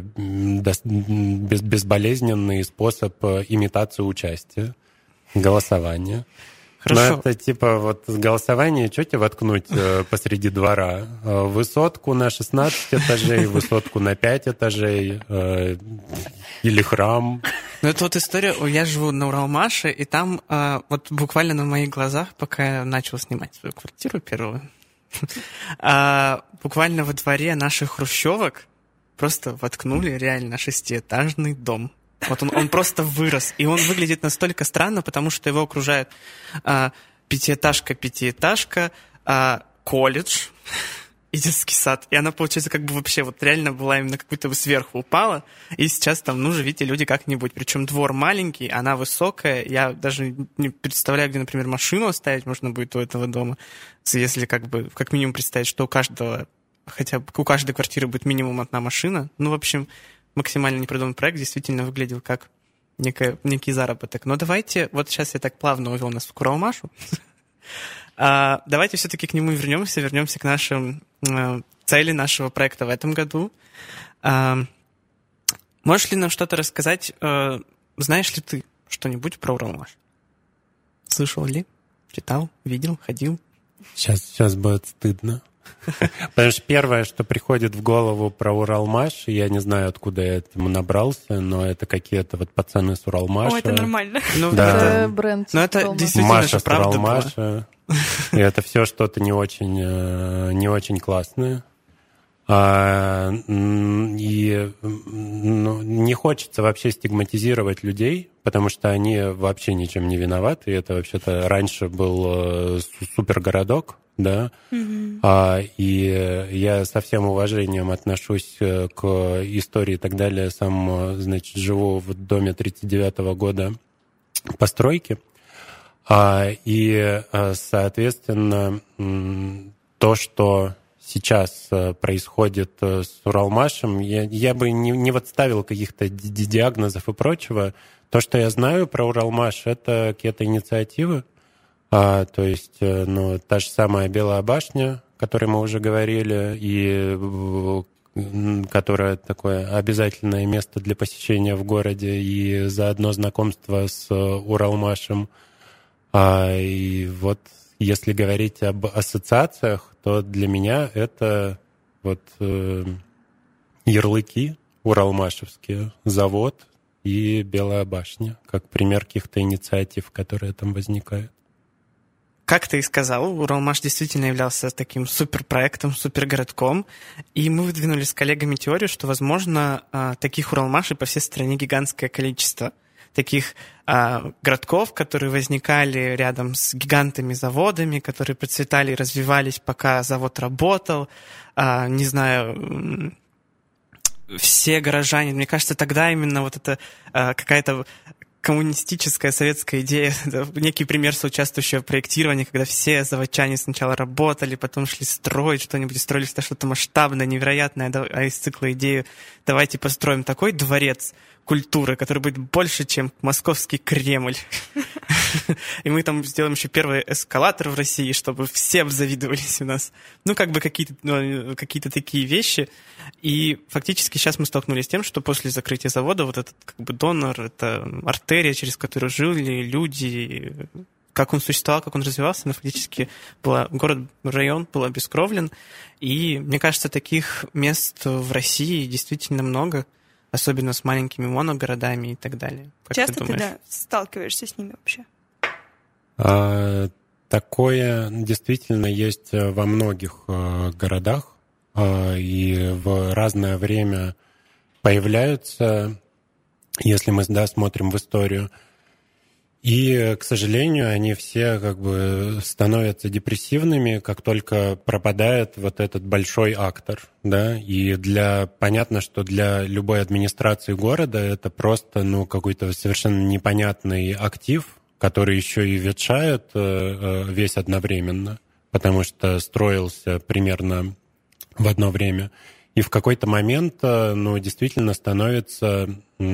безболезненный способ имитации участия, голосования. Хорошо. Но это типа вот голосование, что тебе воткнуть посреди двора? Высотку на 16 этажей, высотку на 5 этажей или храм. Ну, это вот история, я живу на Уралмаше, и там вот буквально на моих глазах, пока я начал снимать свою квартиру первую, Буквально во дворе наших хрущевок просто воткнули реально 6-этажный дом. Вот он просто вырос. И он выглядит настолько странно, потому что его окружает пятиэтажка, колледж и детский сад. И она, получается, как бы вообще вот реально была именно как будто бы сверху упала. И сейчас там, живите люди как-нибудь. Причем двор маленький, она высокая. Я даже не представляю, где, например, машину оставить можно будет у этого дома. Если как минимум представить, что у каждой квартиры будет минимум одна машина. В общем, максимально непродуманный проект действительно выглядел как некий заработок. Но давайте, вот сейчас я так плавно увел нас в Куралмашу. Давайте все-таки к нему вернемся к нашим цели нашего проекта в этом году. Можешь ли нам что-то рассказать? Знаешь ли ты что-нибудь про Уралмаш? Слышал ли? Читал? Видел? Ходил? Сейчас будет стыдно. Потому что первое, что приходит в голову про Уралмаш, я не знаю, откуда я этому набрался, но это какие-то вот пацаны с Уралмаша. О, это нормально. Это бренд. Это действительно Маша же правда с Уралмаша. И это все что-то не очень классное. И не хочется вообще стигматизировать людей, потому что они вообще ничем не виноваты. И это вообще-то раньше был супергородок, да. И я со всем уважением отношусь к истории и так далее. Сам, значит, живу в доме 1939 года постройки. И, соответственно, то, что сейчас происходит с Уралмашем, я бы не вот ставил каких-то диагнозов и прочего. То, что я знаю про Уралмаш, это какие-то инициативы. То есть, та же самая Белая башня, о которой мы уже говорили, и которая такое обязательное место для посещения в городе, и заодно знакомство с Уралмашем. И вот если говорить об ассоциациях, то для меня это вот ярлыки уралмашевские, завод и Белая башня, как пример каких-то инициатив, которые там возникают. Как ты и сказал, Уралмаш действительно являлся таким суперпроектом, супергородком, и мы выдвинули с коллегами теорию, что, возможно, таких Уралмашей по всей стране гигантское количество. Таких городков, которые возникали рядом с гигантами заводами, которые процветали и развивались, пока завод работал. Не знаю, все горожане, мне кажется, тогда именно вот это какая-то коммунистическая советская идея, некий пример соучаствующего проектирования, когда все заводчане сначала работали, потом шли строить что-нибудь, строили что-то масштабное, невероятное, из цикла идею «давайте построим такой дворец культуры, который будет больше, чем московский Кремль». И мы там сделаем еще первый эскалатор в России, чтобы все обзавидовались у нас. Какие-то такие вещи. И фактически сейчас мы столкнулись с тем, что после закрытия завода вот этот донор, это артерия, через которую жили люди, как он существовал, как он развивался, но фактически район был обескровлен. И мне кажется, таких мест в России действительно много, особенно с маленькими моногородами и так далее. Как часто ты сталкиваешься с ними вообще? Такое действительно есть во многих городах, и в разное время появляются, если мы смотрим в историю. И, к сожалению, они все становятся депрессивными, как только пропадает вот этот большой актор, да, и понятно, что для любой администрации города это просто, какой-то совершенно непонятный актив, который еще и ветшает весь одновременно, потому что строился примерно в одно время. И в какой-то момент, действительно становится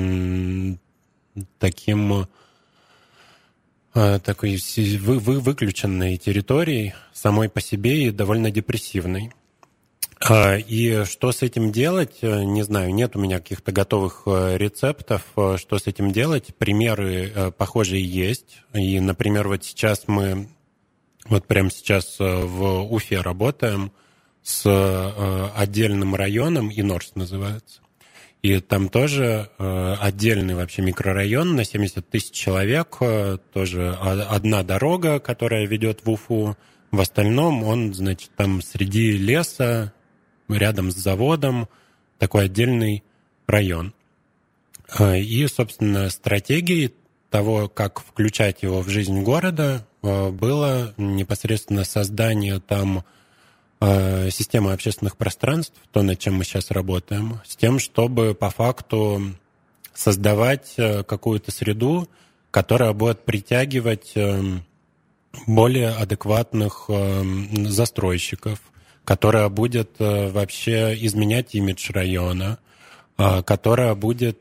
такой выключенной территорией самой по себе и довольно депрессивной. И что с этим делать, не знаю, нет у меня каких-то готовых рецептов, что с этим делать. Примеры похожие есть. И, например, прямо сейчас в Уфе работаем с отдельным районом, Инорс называется. И там тоже отдельный вообще микрорайон на 70 тысяч человек, тоже одна дорога, которая ведет в Уфу, В остальном он, значит, там среди леса, рядом с заводом, такой отдельный район. И, собственно, стратегией того, как включать его в жизнь города, было непосредственно создание там системы общественных пространств, то, над чем мы сейчас работаем, с тем, чтобы по факту создавать какую-то среду, которая будет притягивать более адекватных застройщиков, которая будет вообще изменять имидж района, которая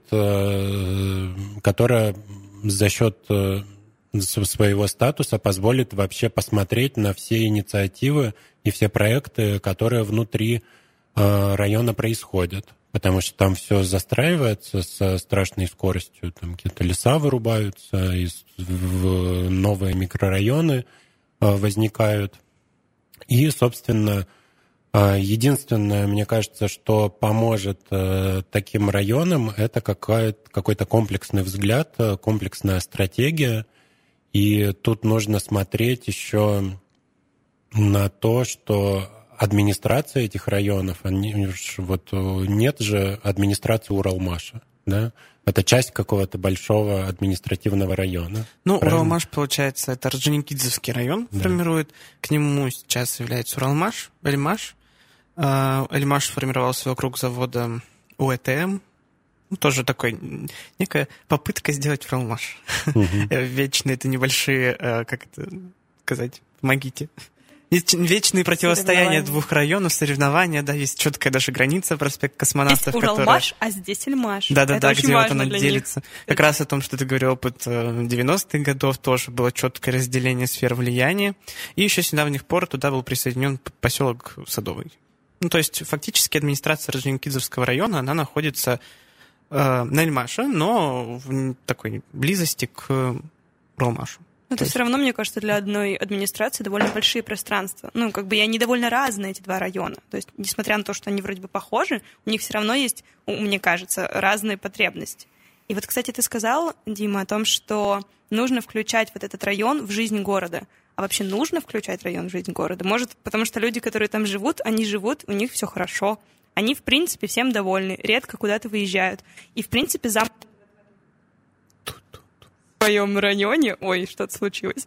за счет своего статуса позволит вообще посмотреть на все инициативы и все проекты, которые внутри района происходят. Потому что там все застраивается со страшной скоростью, там какие-то леса вырубаются, новые микрорайоны возникают. И, собственно, единственное, мне кажется, что поможет таким районам, это какой-то комплексный взгляд, комплексная стратегия. И тут нужно смотреть еще на то, что администрация этих районов, нет же администрации Уралмаша, да? Это часть какого-то большого административного района. Ну, правильно? Уралмаш, получается, это Орджоникидзевский район формирует. К нему сейчас является Уралмаш, Эльмаш. Эльмаш сформировался вокруг завода УЭТМ. Тоже такой, некая попытка сделать Уралмаш. Вечные это небольшие, как это сказать, помогите. Есть вечные противостояния двух районов, соревнования, да, есть четкая даже граница, проспект Космонавтов. Есть Уралмаш, а здесь Эльмаш. Да, где вот она делится. Как раз о том, что ты говорил, опыт 90-х годов, тоже было четкое разделение сфер влияния. И еще с недавних пор туда был присоединен поселок Садовый. Ну, то есть, фактически, администрация Орджоникидзевского района, она находится на Эльмаше, но в такой близости к Уралмашу. Но это все равно, мне кажется, для одной администрации довольно большие пространства. Ну, как бы и они довольно разные, эти два района. То есть, несмотря на то, что они вроде бы похожи, у них все равно есть, мне кажется, разные потребности. И вот, кстати, ты сказал, Дима, о том, что нужно включать вот этот район в жизнь города. А вообще нужно включать район в жизнь города? Может, потому что люди, которые там живут, они живут, у них все хорошо. Они, в принципе, всем довольны, редко куда-то выезжают. И, в принципе, в своем районе, ой, что-то случилось,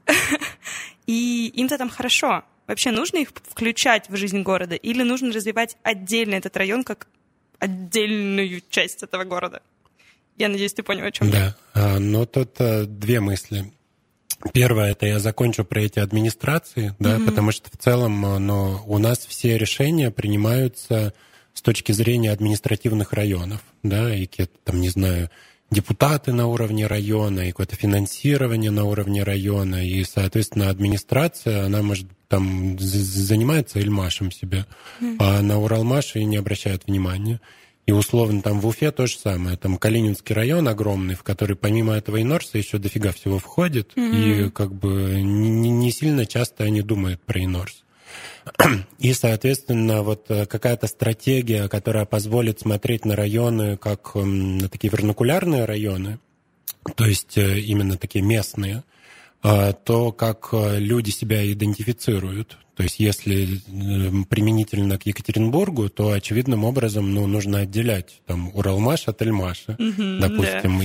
и им-то там хорошо. Вообще нужно их включать в жизнь города или нужно развивать отдельно этот район как отдельную часть этого города? Я надеюсь, ты понял, о чем я. Да, но тут две мысли. Первое, это я закончу про эти администрации, да, потому что в целом у нас все решения принимаются с точки зрения административных районов, да, и какие-то там, не знаю, депутаты на уровне района, и какое-то финансирование на уровне района, и, соответственно, администрация, она, может, там занимается Эльмашем себе, а на Уралмаше не обращает внимания. И, условно, там в Уфе то же самое. Там Калининский район огромный, в который помимо этого Инорса еще дофига всего входит, и как бы не сильно часто они думают про Инорс. И, соответственно, вот какая-то стратегия, которая позволит смотреть на районы как на такие вернакулярные районы, то есть именно такие местные, то, как люди себя идентифицируют. То есть если применительно к Екатеринбургу, то очевидным образом нужно отделять там Уралмаш от Эльмаша, допустим. Да.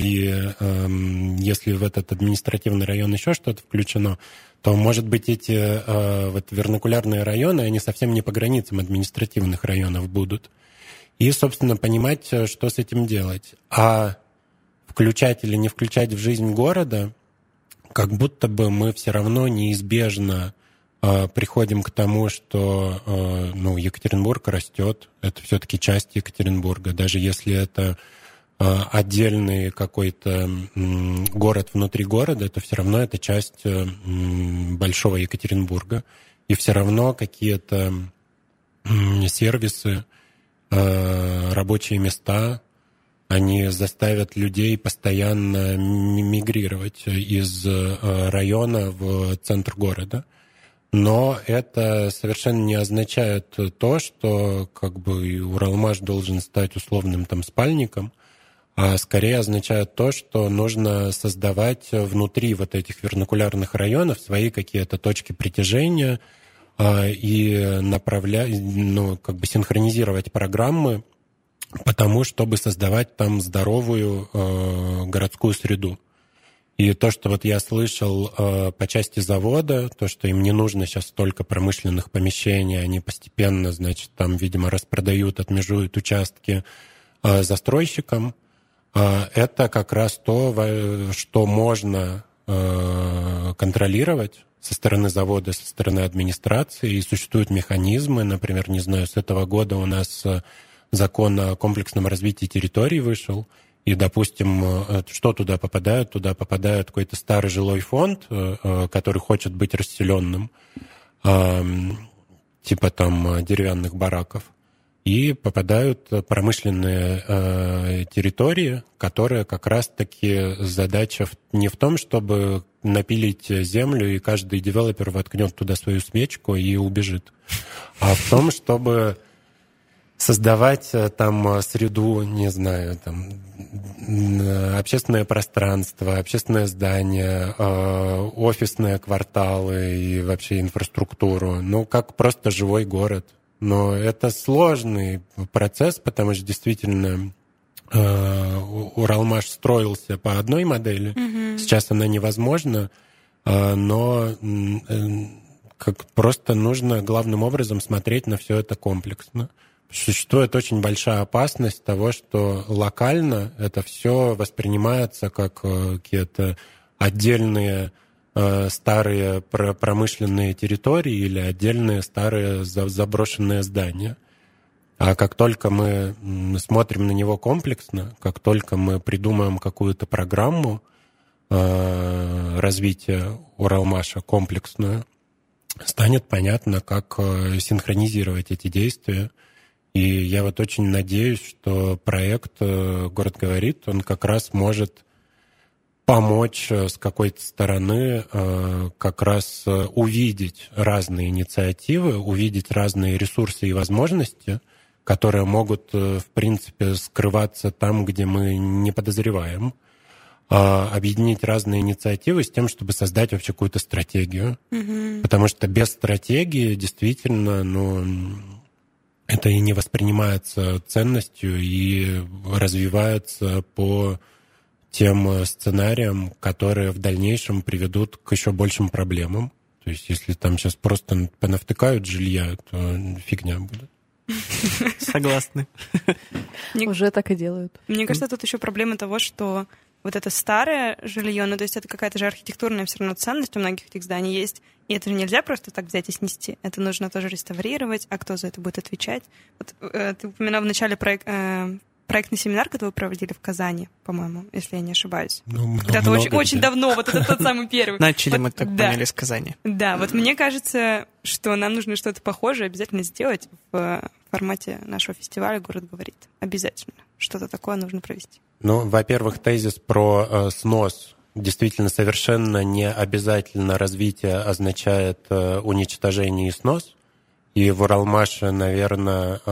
И если в этот административный район еще что-то включено, то, может быть, эти вот вернакулярные районы, они совсем не по границам административных районов будут. И, собственно, понимать, что с этим делать. А включать или не включать в жизнь города, как будто бы мы все равно неизбежно приходим к тому, что Екатеринбург растет. Это все-таки часть Екатеринбурга. Даже если это отдельный какой-то город внутри города, то все равно это часть большого Екатеринбурга. И все равно какие-то сервисы, рабочие места, они заставят людей постоянно мигрировать из района в центр города. Но это совершенно не означает то, что как бы Уралмаш должен стать условным там спальником, а скорее означает то, что нужно создавать внутри вот этих вернакулярных районов свои какие-то точки притяжения, и синхронизировать программы потому, чтобы создавать там здоровую городскую среду. И то, что вот я слышал по части завода, то, что им не нужно сейчас столько промышленных помещений, они постепенно, значит, там, видимо, распродают, отмежуют участки застройщикам, это как раз то, что можно контролировать со стороны завода, со стороны администрации, и существуют механизмы, например, не знаю, с этого года у нас закон о комплексном развитии территорий вышел, и, допустим, что туда попадает? Туда попадает какой-то старый жилой фонд, который хочет быть расселенным, типа там деревянных бараков, и попадают промышленные территории, которые как раз-таки задача не в том, чтобы напилить землю, и каждый девелопер воткнет туда свою свечку и убежит, а в том, чтобы создавать там среду, не знаю, там общественное пространство, общественное здание, офисные кварталы и вообще инфраструктуру. Ну, как просто живой город. Но это сложный процесс, потому что действительно Уралмаш строился по одной модели. Сейчас она невозможна, но как просто нужно главным образом смотреть на все это комплексно. Существует очень большая опасность того, что локально это все воспринимается как какие-то отдельные старые промышленные территории или отдельные старые заброшенные здания. А как только мы смотрим на него комплексно, как только мы придумаем какую-то программу развития Уралмаша комплексную, станет понятно, как синхронизировать эти действия. И я вот очень надеюсь, что проект «Город говорит», он как раз может помочь с какой-то стороны как раз увидеть разные инициативы, увидеть разные ресурсы и возможности, которые могут, в принципе, скрываться там, где мы не подозреваем, объединить разные инициативы с тем, чтобы создать вообще какую-то стратегию. Потому что без стратегии действительно, это и не воспринимается ценностью и развивается по тем сценариям, которые в дальнейшем приведут к еще большим проблемам. То есть если там сейчас просто понавтыкают жилья, то фигня будет. Согласны. Уже так и делают. Мне кажется, тут еще проблема того, что вот это старое жилье, то есть это какая-то же архитектурная все равно ценность у многих этих зданий есть, и это же нельзя просто так взять и снести. Это нужно тоже реставрировать, а кто за это будет отвечать? Вот, ты упоминал в начале проектный семинар, который вы проводили в Казани, по-моему, если я не ошибаюсь. Когда-то очень давно, вот это тот самый первый. Начали мы так поняли с Казани. Да, вот мне кажется, что нам нужно что-то похожее обязательно сделать в формате нашего фестиваля «Город говорит». Обязательно. Что-то такое нужно провести. Во-первых, тезис про снос. Действительно, совершенно не обязательно развитие означает уничтожение и снос. И в Уралмаше, наверное,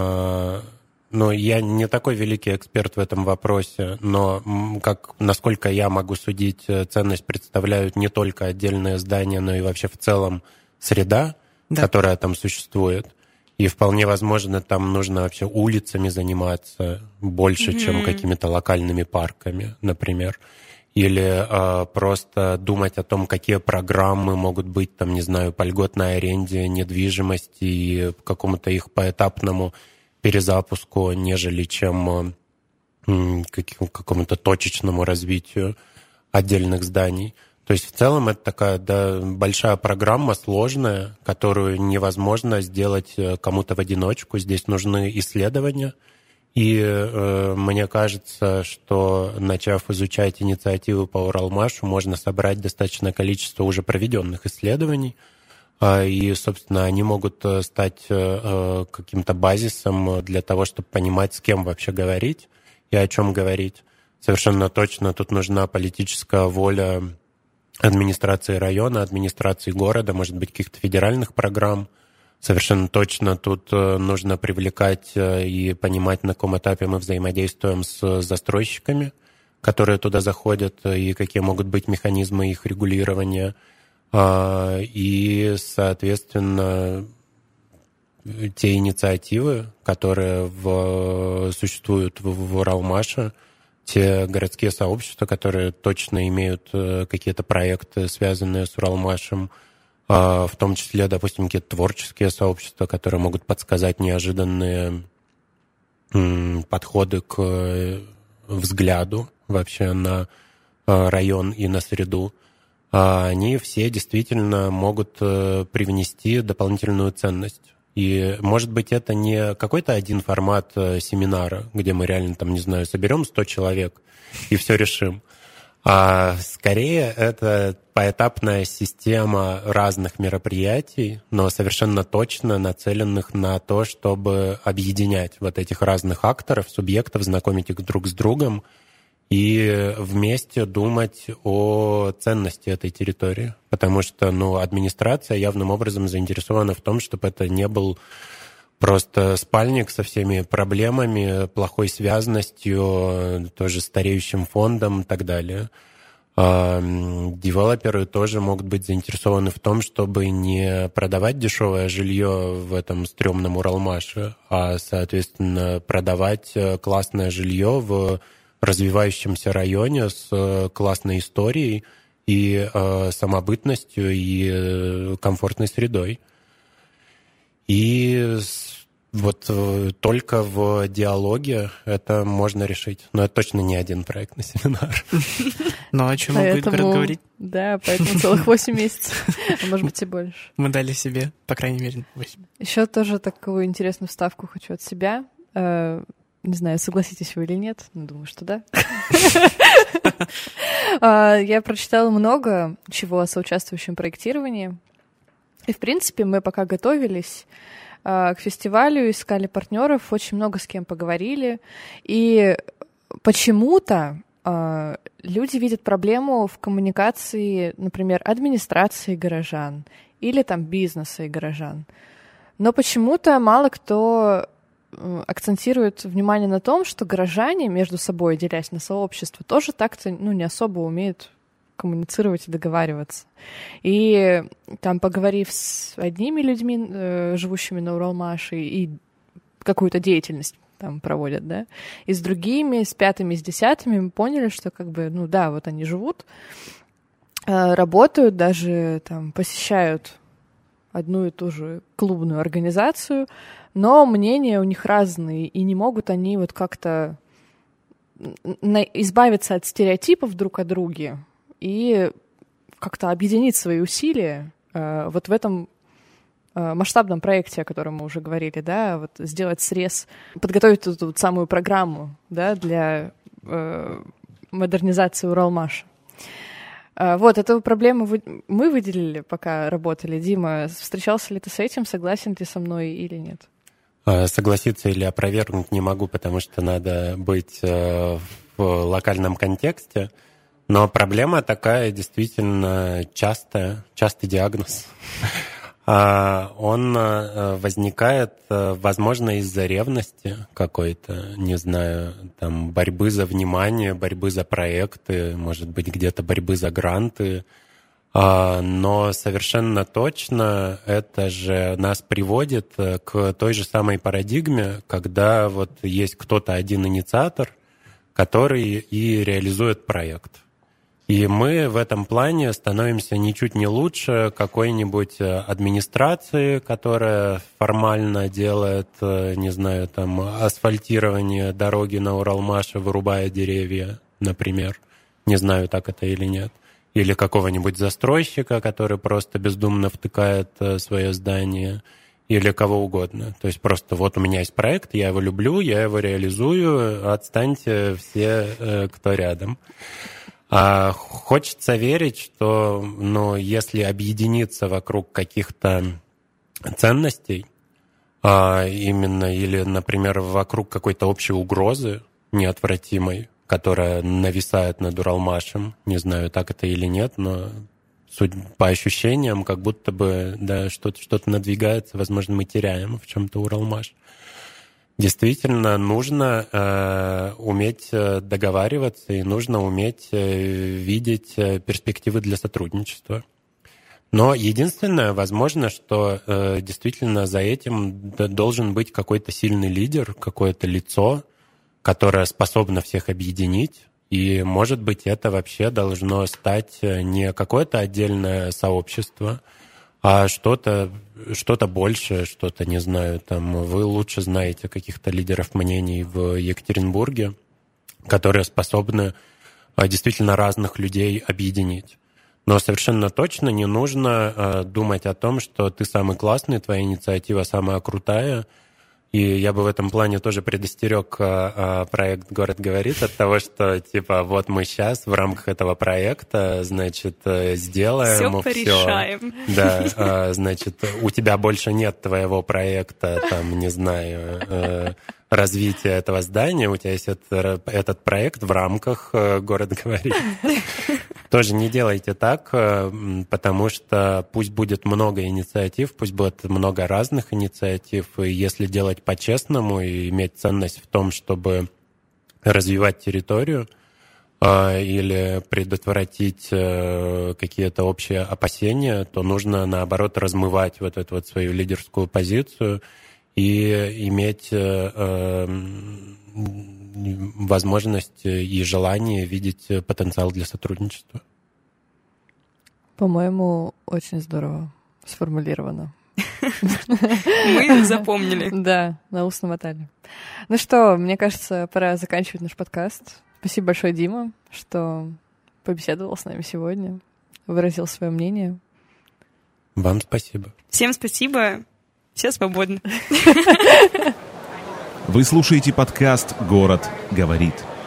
я не такой великий эксперт в этом вопросе, но насколько я могу судить, ценность представляют не только отдельные здания, но и вообще в целом среда, которая там существует. И вполне возможно, там нужно вообще улицами заниматься больше, чем какими-то локальными парками, например. Или просто думать о том, какие программы могут быть, там, не знаю, по льготной аренде недвижимости и какому-то их поэтапному перезапуску, нежели чем какому-то точечному развитию отдельных зданий. То есть в целом это такая большая программа, сложная, которую невозможно сделать кому-то в одиночку. Здесь нужны исследования. И мне кажется, что, начав изучать инициативы по Уралмашу, можно собрать достаточное количество уже проведенных исследований. И, собственно, они могут стать каким-то базисом для того, чтобы понимать, с кем вообще говорить и о чем говорить. Совершенно точно тут нужна политическая воля администрации района, администрации города, может быть, каких-то федеральных программ. Совершенно точно тут нужно привлекать и понимать, на каком этапе мы взаимодействуем с застройщиками, которые туда заходят, и какие могут быть механизмы их регулирования. И, соответственно, те инициативы, которые существуют в Уралмаше, те городские сообщества, которые точно имеют какие-то проекты, связанные с Уралмашем, в том числе, допустим, какие-то творческие сообщества, которые могут подсказать неожиданные подходы к взгляду вообще на район и на среду. Они все действительно могут привнести дополнительную ценность. И, может быть, это не какой-то один формат семинара, где мы реально, там, не знаю, соберем 100 человек и все решим. А скорее это поэтапная система разных мероприятий, но совершенно точно нацеленных на то, чтобы объединять вот этих разных акторов, субъектов, знакомить их друг с другом и вместе думать о ценности этой территории. Потому что администрация явным образом заинтересована в том, чтобы это не был просто спальник со всеми проблемами, плохой связностью, тоже стареющим фондом и так далее. Девелоперы тоже могут быть заинтересованы в том, чтобы не продавать дешевое жилье в этом стрёмном Уралмаше, а, соответственно, продавать классное жилье в развивающемся районе с классной историей и самобытностью и комфортной средой. И вот только в диалоге это можно решить. Но это точно не один проект на семинар. Ну, о чем он будет говорить? Да, поэтому целых 8 месяцев, а может быть и больше. Мы дали себе, по крайней мере, 8. Еще тоже такую интересную вставку хочу от себя. Не знаю, согласитесь вы или нет, но думаю, что да. Я прочитала много чего о соучаствующем проектировании. И, в принципе, мы пока готовились к фестивалю, искали партнеров, очень много с кем поговорили. И почему-то люди видят проблему в коммуникации, например, администрации горожан или там бизнеса и горожан. Но почему-то мало кто акцентирует внимание на том, что горожане между собой, делясь на сообщества, тоже так-то не особо умеют коммуницировать и договариваться. И там, поговорив с одними людьми, живущими на Уралмаше, и какую-то деятельность там проводят, да, и с другими, с пятыми, с десятыми мы поняли, что вот они живут, работают, даже там посещают одну и ту же клубную организацию, но мнения у них разные, и не могут они вот как-то избавиться от стереотипов друг о друге и как-то объединить свои усилия вот в этом масштабном проекте, о котором мы уже говорили, да, вот сделать срез, подготовить эту самую программу, да, для модернизации Уралмаша. Вот, эту проблему мы выделили, пока работали. Дима, встречался ли ты с этим, согласен ты со мной или нет? Согласиться или опровергнуть не могу, потому что надо быть в локальном контексте. Но проблема такая действительно частый диагноз. Он возникает, возможно, из-за ревности какой-то, не знаю, там, борьбы за внимание, борьбы за проекты, может быть, где-то борьбы за гранты. Но совершенно точно это же нас приводит к той же самой парадигме, когда вот есть кто-то один инициатор, который и реализует проект. И мы в этом плане становимся ничуть не лучше какой-нибудь администрации, которая формально делает, не знаю, там, асфальтирование дороги на Уралмаше, вырубая деревья, например. Не знаю, так это или нет. Или какого-нибудь застройщика, который просто бездумно втыкает свое здание, или кого угодно. То есть просто вот у меня есть проект, я его люблю, я его реализую, отстаньте все, кто рядом. Хочется верить, что если объединиться вокруг каких-то ценностей, именно, или, например, вокруг какой-то общей угрозы неотвратимой, которая нависает над Уралмашем, не знаю, так это или нет, но по ощущениям, как будто бы да, что-то надвигается, возможно, мы теряем в чем-то Уралмаш. Действительно, нужно уметь договариваться и нужно уметь видеть перспективы для сотрудничества. Но единственное, возможно, что действительно за этим должен быть какой-то сильный лидер, какое-то лицо, которое способно всех объединить. И, может быть, это вообще должно стать не какое-то отдельное сообщество, а что-то большее, что-то, не знаю, там вы лучше знаете каких-то лидеров мнений в Екатеринбурге, которые способны действительно разных людей объединить. Но совершенно точно не нужно думать о том, что ты самый классный, твоя инициатива самая крутая. И я бы в этом плане тоже предостерег проект «Город говорит» от того, что, типа, вот мы сейчас в рамках этого проекта, значит, сделаем... Все порешаем. Да, значит, у тебя больше нет твоего проекта, там, не знаю, развития этого здания, у тебя есть этот проект в рамках «Город говорит». Тоже не делайте так, потому что пусть будет много инициатив, пусть будет много разных инициатив, и если делать по-честному и иметь ценность в том, чтобы развивать территорию или предотвратить какие-то общие опасения, то нужно, наоборот, размывать вот эту вот свою лидерскую позицию и иметь возможность и желание видеть потенциал для сотрудничества. По-моему, очень здорово сформулировано. Мы запомнили. Да, на ус намотали. Ну что, мне кажется, пора заканчивать наш подкаст. Спасибо большое, Дима, что побеседовал с нами сегодня, выразил свое мнение. Вам спасибо. Всем спасибо. Все свободны. Вы слушаете подкаст «Город говорит».